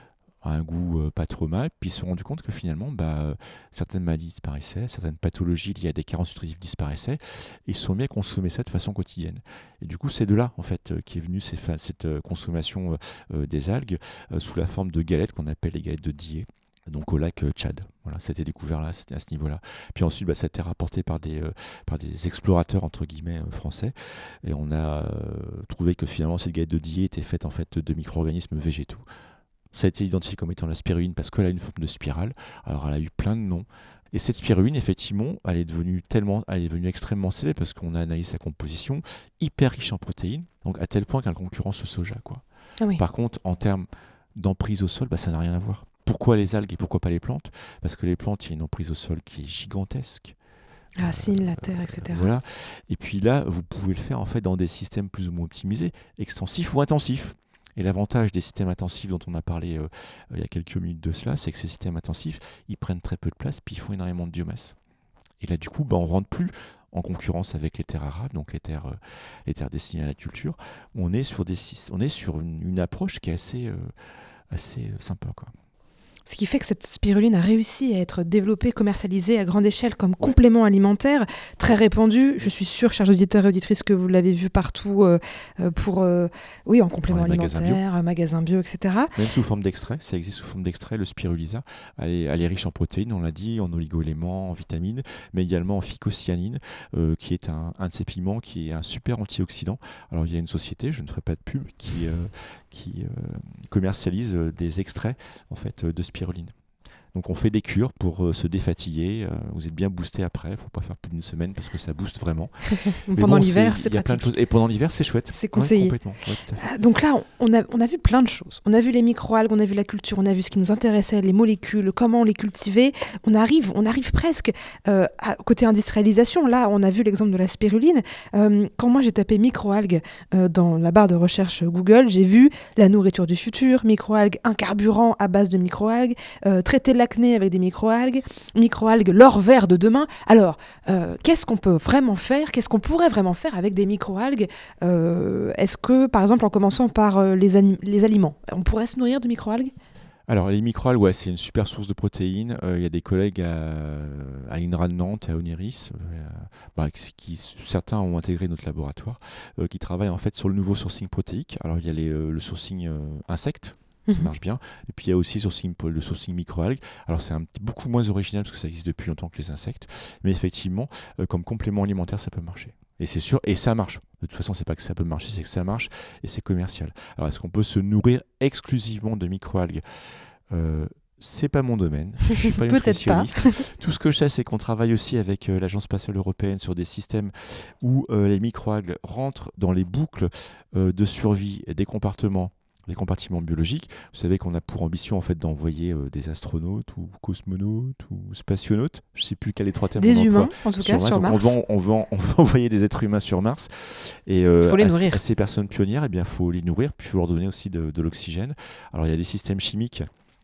Un goût euh, pas trop mal, puis ils se sont rendus compte que finalement, bah, euh, certaines maladies disparaissaient, certaines pathologies liées à des carences nutritives disparaissaient, et ils se sont mis à consommer ça de façon quotidienne. Et du coup, c'est de là, en fait, euh, qui est venue ces fa- cette euh, consommation euh, euh, des algues euh, sous la forme de galettes qu'on appelle les galettes de Dié, donc au lac euh, Tchad. Voilà, ça a été découvert là, c'était à ce niveau-là. Puis ensuite, bah, ça a été rapporté par des, euh, par des explorateurs, entre guillemets, euh, français, et on a euh, trouvé que finalement, cette galette de Dié était faite en fait de micro-organismes végétaux. Ça a été identifié comme étant la spiruline parce qu'elle a une forme de spirale. Alors elle a eu plein de noms. Et cette spiruline, effectivement, elle est devenue tellement, elle est devenue extrêmement célèbre parce qu'on a analysé sa composition, hyper riche en protéines, donc à tel point qu'elle concurrence le soja, quoi. Ah oui. Par contre, en termes d'emprise au sol, bah, ça n'a rien à voir. Pourquoi les algues et pourquoi pas les plantes? Parce que les plantes, il y a une emprise au sol qui est gigantesque. Racines, la terre, et cetera. Voilà. Et puis là, vous pouvez le faire en fait dans des systèmes plus ou moins optimisés, extensifs ou intensifs. Et l'avantage des systèmes intensifs dont on a parlé euh, il y a quelques minutes de cela, c'est que ces systèmes intensifs, ils prennent très peu de place, puis ils font énormément de biomasse. Et là, du coup, bah, on ne rentre plus en concurrence avec les terres arables, donc les terres, euh, les terres destinées à la culture. On est sur, des, on est sur une, une approche qui est assez, euh, assez sympa, quoi. Ce qui fait que cette spiruline a réussi à être développée, commercialisée à grande échelle comme complément alimentaire, très répandu. Je suis sûre, chers auditeurs et auditrices, que vous l'avez vu partout euh, pour, euh, oui, en complément Dans les magasins alimentaire, magasins bio, et cetera. Même sous forme d'extrait, ça existe sous forme d'extrait, le spirulisa. Elle est, elle est riche en protéines, on l'a dit, en oligo-éléments, en vitamines, mais également en phycocyanine, euh, qui est un, un de ces pigments qui est un super antioxydant. Alors il y a une société, je ne ferai pas de pub, qui, euh, qui euh, commercialise euh, des extraits en fait, euh, de spiruline. Donc on fait des cures pour euh, se défatiguer. Euh, vous êtes bien boosté après. Il ne faut pas faire plus d'une semaine parce que ça booste vraiment. Mais Pendant bon, l'hiver, c'est- c'est il y a plein de pratique. choses. Et pendant l'hiver, c'est chouette. C'est Ouais, conseillé. complètement. Ouais, tout à fait. Ah, Donc là, on a, on a vu plein de choses. On a vu les microalgues, on a vu la culture, on a vu ce qui nous intéressait, les molécules, comment les cultiver. On arrive, on arrive presque euh, à côté industrialisation. Là, on a vu l'exemple de la spiruline. Euh, quand moi j'ai tapé microalgues euh, dans la barre de recherche Google, j'ai vu la nourriture du futur, microalgues, un carburant à base de microalgues, euh, traiter l'acné avec des microalgues, microalgues, l'or vert de demain. Alors, euh, qu'est-ce qu'on peut vraiment faire? Qu'est-ce qu'on pourrait vraiment faire avec des microalgues? Euh, Est-ce que, par exemple, en commençant par euh, les, anim- les aliments, on pourrait se nourrir de microalgues? Alors, les microalgues, ouais, c'est une super source de protéines. Il euh, y a des collègues à, à l'I N R A de Nantes et à Oniris, euh, bah, qui, qui- certains ont intégré notre laboratoire, euh, qui travaillent en fait sur le nouveau sourcing protéique. Alors, il y a les, euh, le sourcing euh, insectes, ça marche bien. Et puis il y a aussi sourcing, le sourcing microalgues. Alors c'est un petit, beaucoup moins original parce que ça existe depuis longtemps que les insectes. Mais effectivement, euh, comme complément alimentaire, ça peut marcher. Et c'est sûr, et ça marche. De toute façon, c'est pas que ça peut marcher, c'est que ça marche et c'est commercial. Alors est-ce qu'on peut se nourrir exclusivement de microalgues? euh, C'est pas mon domaine, je suis pas Peut-être nutritionniste. Tout ce que je sais, c'est qu'on travaille aussi avec euh, l'Agence spatiale européenne sur des systèmes où euh, les microalgues rentrent dans les boucles euh, de survie des compartiments des compartiments biologiques. Vous savez qu'on a pour ambition en fait d'envoyer euh, des astronautes ou cosmonautes ou spationautes, je ne sais plus quel est les trois termes. Des on humains, emploie, en tout cas, sur Donc, Mars. On va, on, va, on va envoyer des êtres humains sur Mars. Et euh, Faut les à, nourrir. à ces personnes pionnières, il eh faut les nourrir, puis il faut leur donner aussi de, de l'oxygène. Alors il y a des systèmes chimiques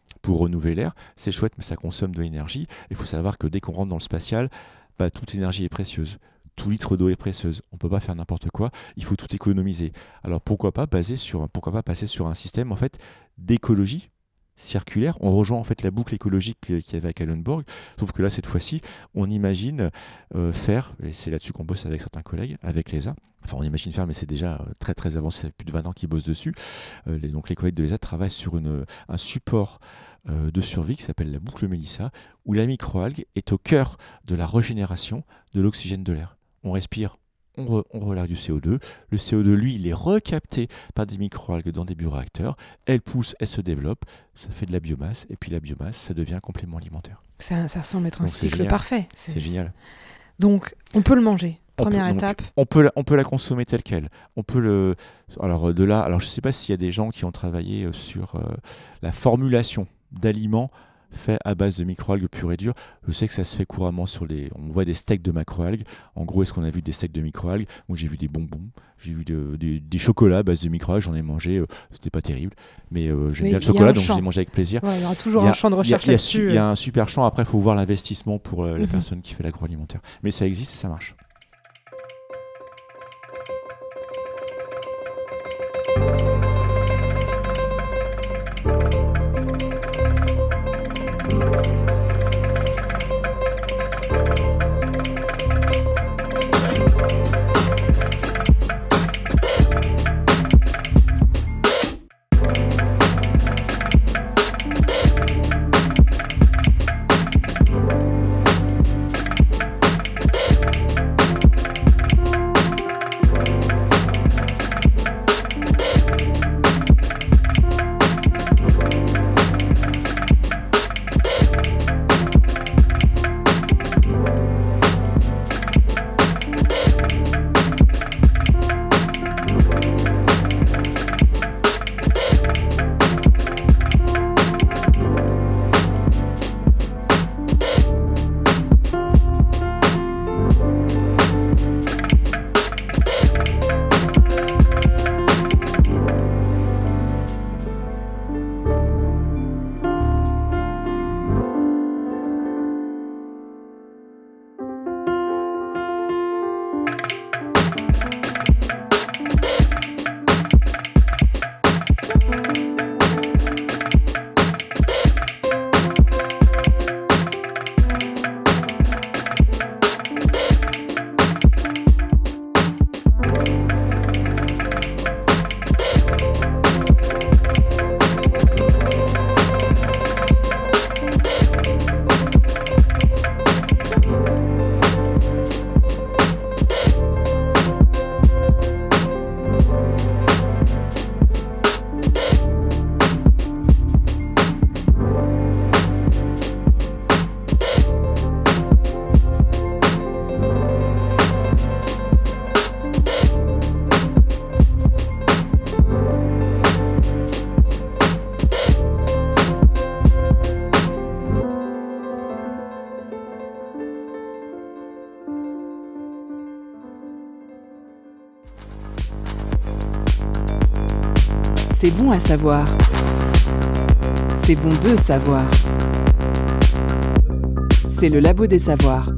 pour renouveler l'air. C'est chouette, mais ça consomme de l'énergie. Il faut savoir que dès qu'on rentre dans le spatial, bah, toute énergie est précieuse. Tout litre d'eau est précieuse. On ne peut pas faire n'importe quoi. Il faut tout économiser. Alors pourquoi pas baser sur, pourquoi pas passer sur un système en fait d'écologie circulaire. On rejoint en fait la boucle écologique qu'il y avait à Kalundborg, sauf que là cette fois-ci on imagine euh, faire, et c'est là-dessus qu'on bosse avec certains collègues, avec l'E S A, enfin on imagine faire mais c'est déjà très très avancé, ça fait plus de vingt ans qu'ils bossent dessus, euh, les, donc les collègues de l'E S A travaillent sur une, un support euh, de survie qui s'appelle la boucle Mélissa, où la microalgue est au cœur de la régénération de l'oxygène de l'air. On respire, on, re, on relâche du C O deux. Le C O deux, lui, il est recapté par des microalgues dans des bioréacteurs. Elle pousse, elle se développe, ça fait de la biomasse. Et puis la biomasse, ça devient un complément alimentaire. Ça, ça semble être un Donc, cycle génial. parfait. C'est, c'est génial. Donc, on peut le manger. On Première peut, étape. Donc, on, peut la, on peut la consommer telle qu'elle. On peut le. Alors, de là, alors je ne sais pas s'il y a des gens qui ont travaillé sur euh, la formulation d'aliments fait à base de microalgues pures et dures. Je sais que ça se fait couramment sur les... On voit des steaks de macroalgues. En gros, est-ce qu'on a vu des steaks de microalgues? Moi, j'ai vu des bonbons, j'ai vu de, de, des chocolats à base de microalgues. J'en ai mangé. Euh, c'était pas terrible. Mais euh, j'aime Mais bien le y a chocolat, un donc champ. je l'ai mangé avec plaisir. Ouais, il y aura toujours Il y a- un champ de recherche il y a- il y a là-dessus. su- Il y a un super champ. Après, il faut voir l'investissement pour euh, les Mhm. personnes qui font l'agroalimentaire. Mais ça existe et ça marche. C'est bon à savoir. C'est bon de savoir. C'est le Labo des Savoirs.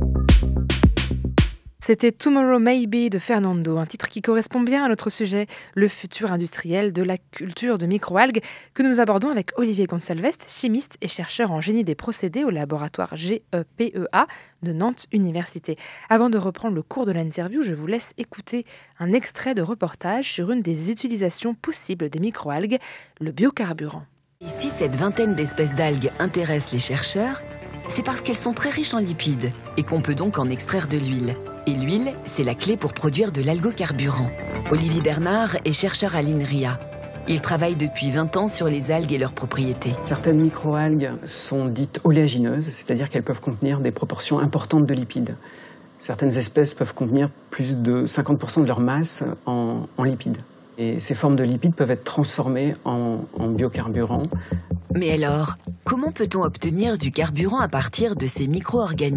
C'était Tomorrow Maybe de Fernando, un titre qui correspond bien à notre sujet, le futur industriel de la culture de microalgues, que nous abordons avec Olivier Gonsalvest, chimiste et chercheur en génie des procédés au laboratoire G E P E A de Nantes Université. Avant de reprendre le cours de l'interview, je vous laisse écouter un extrait de reportage sur une des utilisations possibles des microalgues, le biocarburant. Et si cette vingtaine d'espèces d'algues intéressent les chercheurs, c'est parce qu'elles sont très riches en lipides et qu'on peut donc en extraire de l'huile. Et l'huile, c'est la clé pour produire de l'algocarburant. Olivier Bernard est chercheur à l'INRIA. Il travaille depuis vingt ans sur les algues et leurs propriétés. Certaines microalgues sont dites oléagineuses, c'est-à-dire qu'elles peuvent contenir des proportions importantes de lipides. Certaines espèces peuvent contenir plus de cinquante pour cent de leur masse en, en lipides. Et ces formes de lipides peuvent être transformées en, en biocarburant. Mais alors, comment peut-on obtenir du carburant à partir de ces micro-organismes ?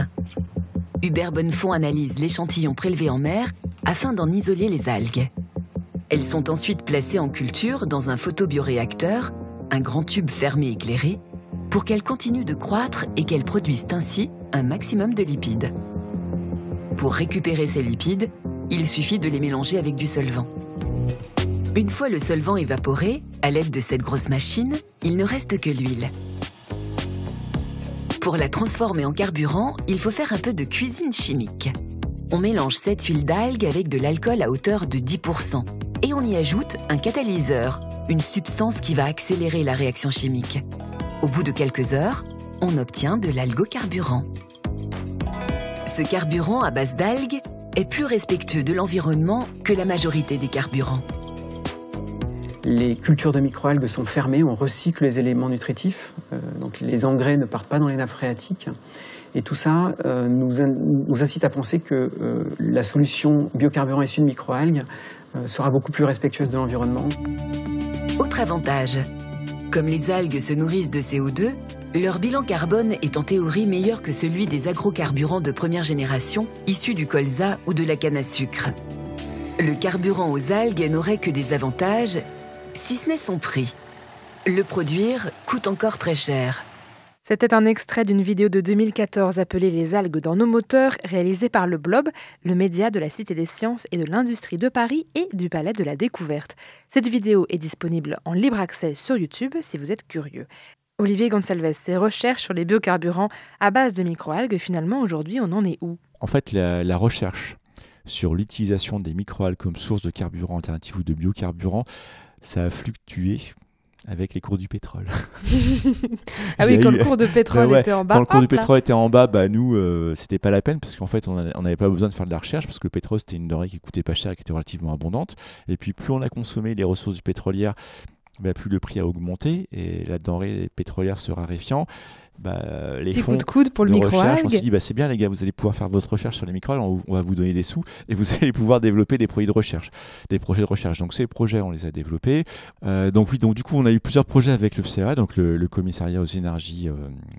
Hubert Bonnefond analyse l'échantillon prélevé en mer afin d'en isoler les algues. Elles sont ensuite placées en culture dans un photobioréacteur un grand tube fermé éclairé, pour qu'elles continuent de croître et qu'elles produisent ainsi un maximum de lipides. Pour récupérer ces lipides, il suffit de les mélanger avec du solvant. Une fois le solvant évaporé, à l'aide de cette grosse machine, il ne reste que l'huile. Pour la transformer en carburant, il faut faire un peu de cuisine chimique. On mélange cette huile d'algue avec de l'alcool à hauteur de dix pour cent et on y ajoute un catalyseur, une substance qui va accélérer la réaction chimique. Au bout de quelques heures, on obtient de l'algocarburant. Ce carburant à base d'algues est plus respectueux de l'environnement que la majorité des carburants. Les cultures de microalgues sont fermées, on recycle les éléments nutritifs, euh, donc les engrais ne partent pas dans les nappes phréatiques. Et tout ça euh, nous, in- nous incite à penser que euh, la solution biocarburant issu de microalgues euh, sera beaucoup plus respectueuse de l'environnement. Autre avantage, comme les algues se nourrissent de C O deux, leur bilan carbone est en théorie meilleur que celui des agrocarburants de première génération issus du colza ou de la canne à sucre. Le carburant aux algues n'aurait que des avantages, si ce n'est son prix. Le produire coûte encore très cher. C'était un extrait d'une vidéo de deux mille quatorze appelée « Les algues dans nos moteurs » réalisée par le Blob, le média de la Cité des Sciences et de l'Industrie de Paris et du Palais de la Découverte. Cette vidéo est disponible en libre accès sur YouTube si vous êtes curieux. Olivier Gonçalves, ces recherches sur les biocarburants à base de microalgues, finalement aujourd'hui on en est où ? En fait, la, la recherche sur l'utilisation des microalgues comme source de carburant alternatif ou de biocarburant, ça a fluctué avec les cours du pétrole. Ah oui, quand eu... le cours de pétrole bah ouais, était en bas. Quand le cours hop, du pétrole là. était en bas, bah nous, euh, c'était pas la peine parce qu'en fait, on n'avait pas besoin de faire de la recherche parce que le pétrole, c'était une denrée qui coûtait pas cher et qui était relativement abondante. Et puis, plus on a consommé les ressources pétrolières, bah, plus le prix a augmenté et la denrée pétrolière se raréfiant. Bah, les Petit fonds coup de coude pour le de recherche, on microalgue. s'est dit bah, c'est bien les gars, vous allez pouvoir faire votre recherche sur les microalgues, on, on va vous donner des sous et vous allez pouvoir développer des projets de recherche, des projets de recherche. Donc ces projets, on les a développés. Euh, donc oui, donc du coup, on a eu plusieurs projets avec le C E A, donc le, le commissariat aux énergies euh,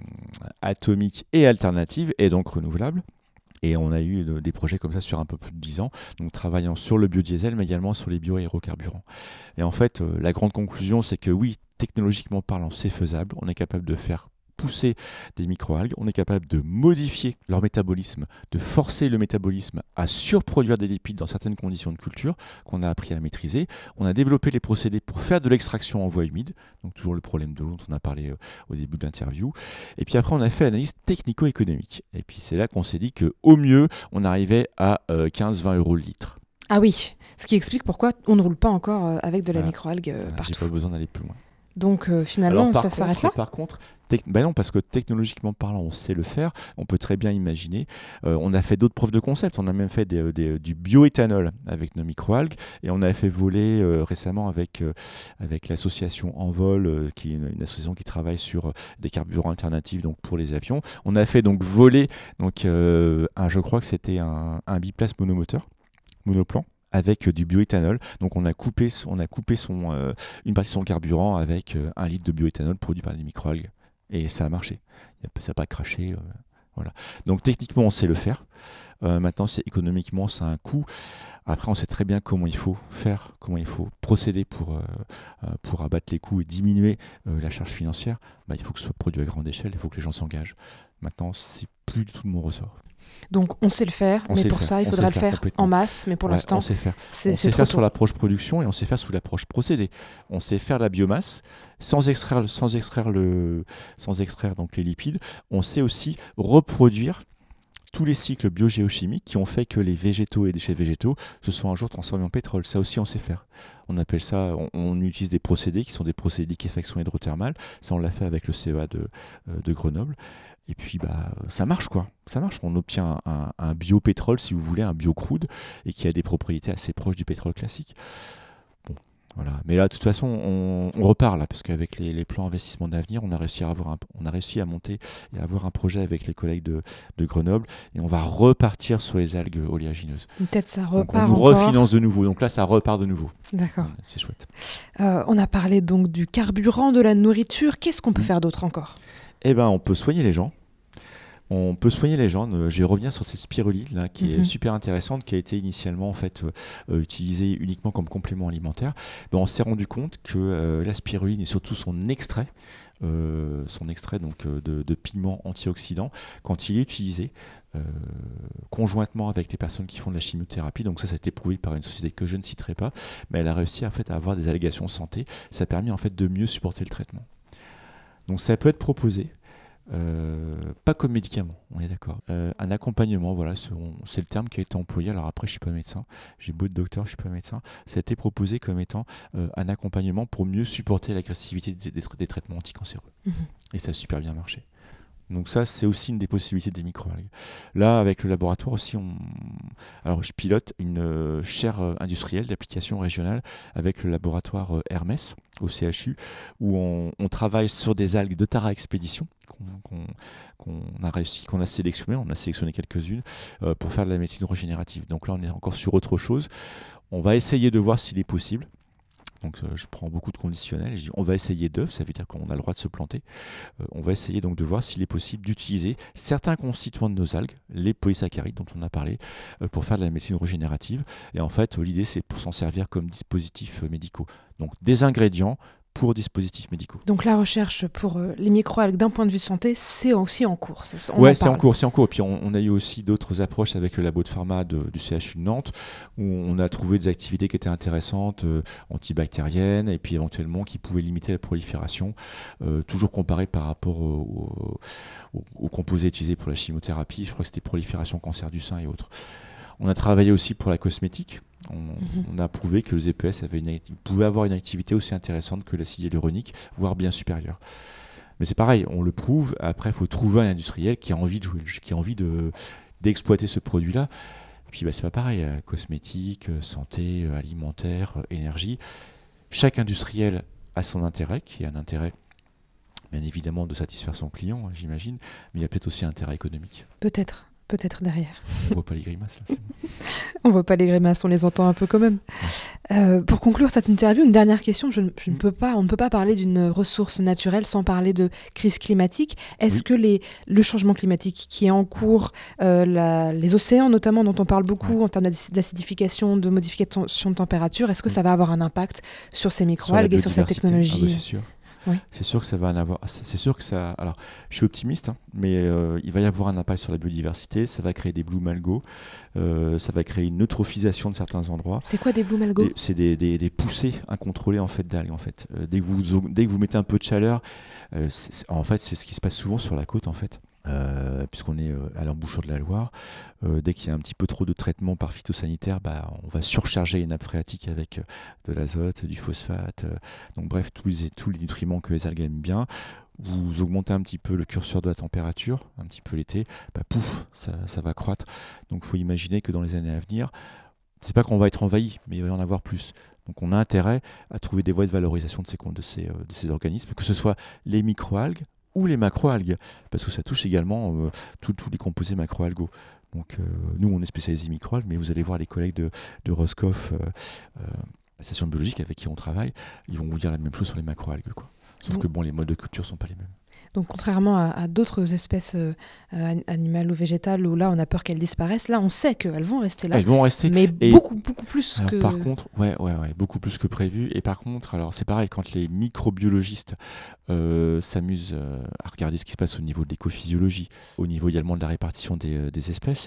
atomiques et alternatives et donc renouvelables. Et on a eu euh, des projets comme ça sur un peu plus de dix ans, donc travaillant sur le biodiesel, mais également sur les bioaérocarburants. Et en fait, euh, la grande conclusion, c'est que oui, technologiquement parlant, c'est faisable. On est capable de faire pousser des microalgues, on est capable de modifier leur métabolisme, de forcer le métabolisme à surproduire des lipides dans certaines conditions de culture qu'on a appris à maîtriser. On a développé les procédés pour faire de l'extraction en voie humide, donc toujours le problème de l'eau dont on a parlé euh, au début de l'interview. Et puis après, on a fait l'analyse technico-économique. Et puis c'est là qu'on s'est dit qu'au mieux, on arrivait à euh, quinze à vingt euros le litre. Ah oui, ce qui explique pourquoi on ne roule pas encore euh, avec de la Voilà. microalgue euh, Voilà, partout. j'ai pas besoin d'aller plus loin. Donc euh, finalement, Alors, par ça contre, s'arrête là. Par contre, tec- ben non, parce que technologiquement parlant, on sait le faire. On peut très bien imaginer. Euh, on a fait d'autres preuves de concept. On a même fait des, des, du bioéthanol avec nos microalgues. Et on a fait voler euh, récemment avec, euh, avec l'association Envol, euh, qui est une, une association qui travaille sur euh, des carburants alternatifs donc, pour les avions. On a fait donc voler, donc, euh, un, je crois que c'était un, un biplace monomoteur, monoplan, avec du bioéthanol. Donc on a coupé, on a coupé son, euh, une partie de son carburant avec euh, un litre de bioéthanol produit par des microalgues. Et ça a marché. Ça n'a pas craché. Euh, voilà. Donc techniquement, on sait le faire. Euh, maintenant, c'est économiquement, ça a un coût. Après, on sait très bien comment il faut faire, comment il faut procéder pour, euh, euh, pour abattre les coûts et diminuer euh, la charge financière. Bah, il faut que ce soit produit à grande échelle, il faut que les gens s'engagent. Maintenant, c'est plus du tout de mon ressort. Donc on sait le faire, On mais sait pour le ça, faire. il On faudra sait le le faire faire complètement. en masse, mais pour Ouais, l'instant, on sait faire. c'est On c'est sait trop faire tôt. sur l'approche production et on sait faire sous l'approche procédé. On sait faire la biomasse sans extraire, sans extraire, le, sans extraire donc les lipides. On sait aussi reproduire tous les cycles biogéochimiques qui ont fait que les végétaux et déchets végétaux se sont un jour transformés en pétrole. Ça aussi, on sait faire. On appelle ça, on, on utilise des procédés qui sont des procédés de liquéfaction hydrothermale. Ça, on l'a fait avec le C E A de, de Grenoble. Et puis, bah, ça marche, quoi. Ça marche. On obtient un, un, un biopétrole, si vous voulez, un biocrude, et qui a des propriétés assez proches du pétrole classique. Bon, voilà. Mais là, de toute façon, on, on repart là, parce qu'avec les, les plans investissement d'avenir, on a réussi à avoir un, on a réussi à monter et à avoir un projet avec les collègues de, de Grenoble, et on va repartir sur les algues oléagineuses. Peut-être ça Donc, on repart nous encore. refinance de nouveau. Donc là, ça repart de nouveau. D'accord. Ouais, c'est chouette. Euh, on a parlé donc du carburant, de la nourriture. Qu'est-ce qu'on peut Mmh. faire d'autre encore ? Eh ben, on peut soigner les gens. On peut soigner les gens. Je vais revenir sur cette spiruline là, qui Mhm. est super intéressante, qui a été initialement en fait euh, utilisée uniquement comme complément alimentaire. Ben, on s'est rendu compte que euh, la spiruline et surtout son extrait, euh, son extrait donc euh, de, de pigments antioxydants, quand il est utilisé euh, conjointement avec les personnes qui font de la chimiothérapie, donc ça, ça a été prouvé par une société que je ne citerai pas, mais elle a réussi en fait à avoir des allégations santé. Ça a permis en fait de mieux supporter le traitement. Donc ça peut être proposé. Euh, pas comme médicament, on est d'accord. Euh, un accompagnement, voilà, c'est, on, c'est le terme qui a été employé. Alors après, je suis pas médecin, j'ai beau être docteur, je suis pas médecin. Ça a été proposé comme étant euh, un accompagnement pour mieux supporter l'agressivité des, des, des traitements anticancéreux. Mmh. Et ça a super bien marché. Donc ça, c'est aussi une des possibilités des microalgues. Là, avec le laboratoire aussi, on... alors je pilote une euh, chaire euh, industrielle d'application régionale avec le laboratoire euh, Hermès au C H U, où on, on travaille sur des algues de Tara Expédition qu'on, qu'on, qu'on a réussi, qu'on a sélectionné. On a sélectionné quelques-unes euh, pour faire de la médecine régénérative. Donc là, on est encore sur autre chose. On va essayer de voir s'il est possible. Donc euh, je prends beaucoup de conditionnels et je dis on va essayer de, ça veut dire qu'on a le droit de se planter. Euh, on va essayer donc de voir s'il est possible d'utiliser certains constituants de nos algues, les polysaccharides dont on a parlé, euh, pour faire de la médecine régénérative. Et en fait, l'idée c'est pour s'en servir comme dispositifs euh, médicaux. Donc des ingrédients pour dispositifs médicaux. Donc la recherche pour euh, les microalgues d'un point de vue santé, c'est aussi en cours. Ça, on ouais, en c'est en cours, c'est en cours. Et puis on, on a eu aussi d'autres approches avec le labo de pharma de, du C H U de Nantes, où on a trouvé des activités qui étaient intéressantes, euh, antibactériennes, et puis éventuellement qui pouvaient limiter la prolifération, euh, toujours comparé par rapport aux au, au, au composés utilisés pour la chimiothérapie. Je crois que c'était prolifération cancer du sein et autres. On a travaillé aussi pour la cosmétique. On, mmh. on a prouvé que les E P S avaient une, pouvaient avoir une activité aussi intéressante que l'acide hyaluronique, voire bien supérieure. Mais c'est pareil, on le prouve. Après, il faut trouver un industriel qui a envie de jouer, qui a envie de, d'exploiter ce produit-là. Et puis, bah, c'est pas pareil. Euh, cosmétique, euh, santé, euh, alimentaire, euh, énergie. Chaque industriel a son intérêt, qui est un intérêt, bien évidemment, de satisfaire son client, hein, j'imagine. Mais il y a peut-être aussi un intérêt économique. Peut-être. Peut-être derrière. On voit pas les grimaces là. C'est bon. On voit pas les grimaces, on les entend un peu quand même. Euh, pour conclure cette interview, une dernière question. Je, je ne peux pas, on ne peut pas parler d'une ressource naturelle sans parler de crise climatique. Est-ce oui. que les, le changement climatique qui est en cours, euh, la, les océans notamment, dont on parle beaucoup ouais. en termes d'acidification, de modification de température, est-ce que oui. ça va avoir un impact sur ces microalgues et sur cette technologie? Ah bah, c'est sûr. Oui. C'est sûr que ça va en avoir. C'est sûr que ça. Alors, je suis optimiste, hein, mais euh, il va y avoir un impact sur la biodiversité. Ça va créer des blooms algaux. Euh, ça va créer une eutrophisation de certains endroits. C'est quoi des blooms algaux? des, C'est des, des, des poussées incontrôlées en fait d'algues. En fait, euh, dès que vous dès que vous mettez un peu de chaleur, euh, c'est, en fait, c'est ce qui se passe souvent sur la côte en fait. Euh, puisqu'on est euh, à l'embouchure de la Loire, euh, dès qu'il y a un petit peu trop de traitement par phytosanitaire, bah, on va surcharger les nappes phréatiques avec euh, de l'azote, du phosphate, euh, donc bref, tous les, tous les nutriments que les algues aiment bien. Vous augmentez un petit peu le curseur de la température, un petit peu l'été, bah, pouf, ça, ça va croître. Donc il faut imaginer que dans les années à venir, c'est pas qu'on va être envahi, mais il va y en avoir plus. Donc on a intérêt à trouver des voies de valorisation de ces, de ces, de ces organismes, que ce soit les microalgues, ou les macroalgues, parce que ça touche également euh, tous les composés macroalgaux. Donc euh, nous, on est spécialisé microalgues, mais vous allez voir les collègues de, de Roscoff, euh, euh, la station biologique avec qui on travaille, ils vont vous dire la même chose sur les macroalgues, quoi. Sauf bon. que bon, les modes de culture sont pas les mêmes. Donc contrairement à, à d'autres espèces euh, animales ou végétales où là on a peur qu'elles disparaissent, là on sait qu'elles vont rester là. Elles vont rester. Mais et beaucoup beaucoup plus alors, que. Par contre, ouais ouais ouais, beaucoup plus que prévu. Et par contre, alors c'est pareil quand les microbiologistes euh, s'amusent euh, à regarder ce qui se passe au niveau de l'écophysiologie, au niveau également de la répartition des, euh, des espèces.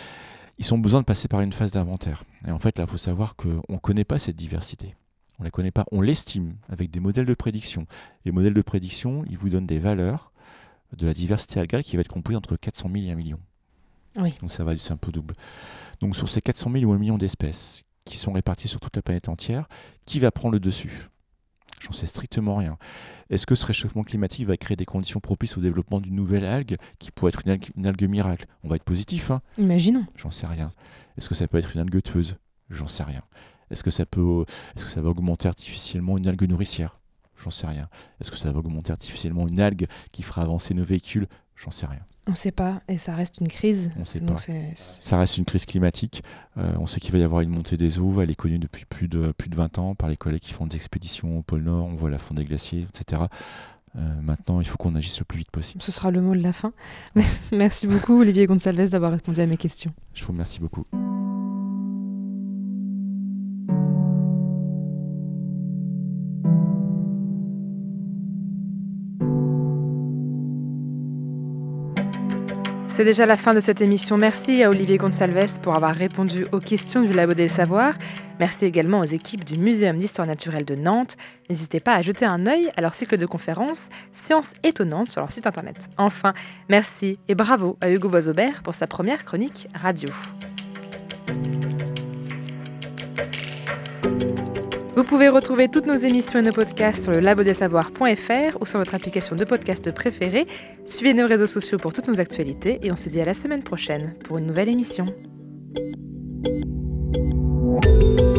Ils ont besoin de passer par une phase d'inventaire. Et en fait, là, il faut savoir qu'on ne connaît pas cette diversité. On ne la connaît pas, on l'estime avec des modèles de prédiction. Les modèles de prédiction, ils vous donnent des valeurs de la diversité algale qui va être comprise entre quatre cent mille et un million. Oui. Donc ça va, c'est un peu double. Donc sur ces quatre cent mille ou un million d'espèces qui sont réparties sur toute la planète entière, qui va prendre le dessus? J'en sais strictement rien. Est-ce que ce réchauffement climatique va créer des conditions propices au développement d'une nouvelle algue qui pourrait être une algue, une algue miracle? On va être positif, hein? Imaginons. J'en sais rien. Est-ce que ça peut être une algue tueuse? J'en sais rien. Est-ce que ça peut, est-ce que ça va augmenter artificiellement une algue nourricière? J'en sais rien. Est-ce que ça va augmenter artificiellement une algue qui fera avancer nos véhicules? J'en sais rien. On ne sait pas, et ça reste une crise. On ne sait Donc pas. C'est, c'est... Ça reste une crise climatique. Euh, on sait qu'il va y avoir une montée des eaux. Elle est connue depuis plus de, plus de vingt ans par les collègues qui font des expéditions au pôle Nord. On voit la fonte des glaciers, et cetera. Euh, maintenant, il faut qu'on agisse le plus vite possible. Ce sera le mot de la fin. Merci beaucoup, Olivier Gonçalves, d'avoir répondu à mes questions. Je vous remercie beaucoup. C'est déjà la fin de cette émission. Merci à Olivier Gonçalves pour avoir répondu aux questions du Labo des Savoirs. Merci également aux équipes du Muséum d'Histoire Naturelle de Nantes. N'hésitez pas à jeter un œil à leur cycle de conférences Sciences étonnantes sur leur site internet. Enfin, merci et bravo à Hugo Boisaubert pour sa première chronique radio. Vous pouvez retrouver toutes nos émissions et nos podcasts sur le labo des savoirs point f r ou sur votre application de podcast préférée. Suivez nos réseaux sociaux pour toutes nos actualités et on se dit à la semaine prochaine pour une nouvelle émission.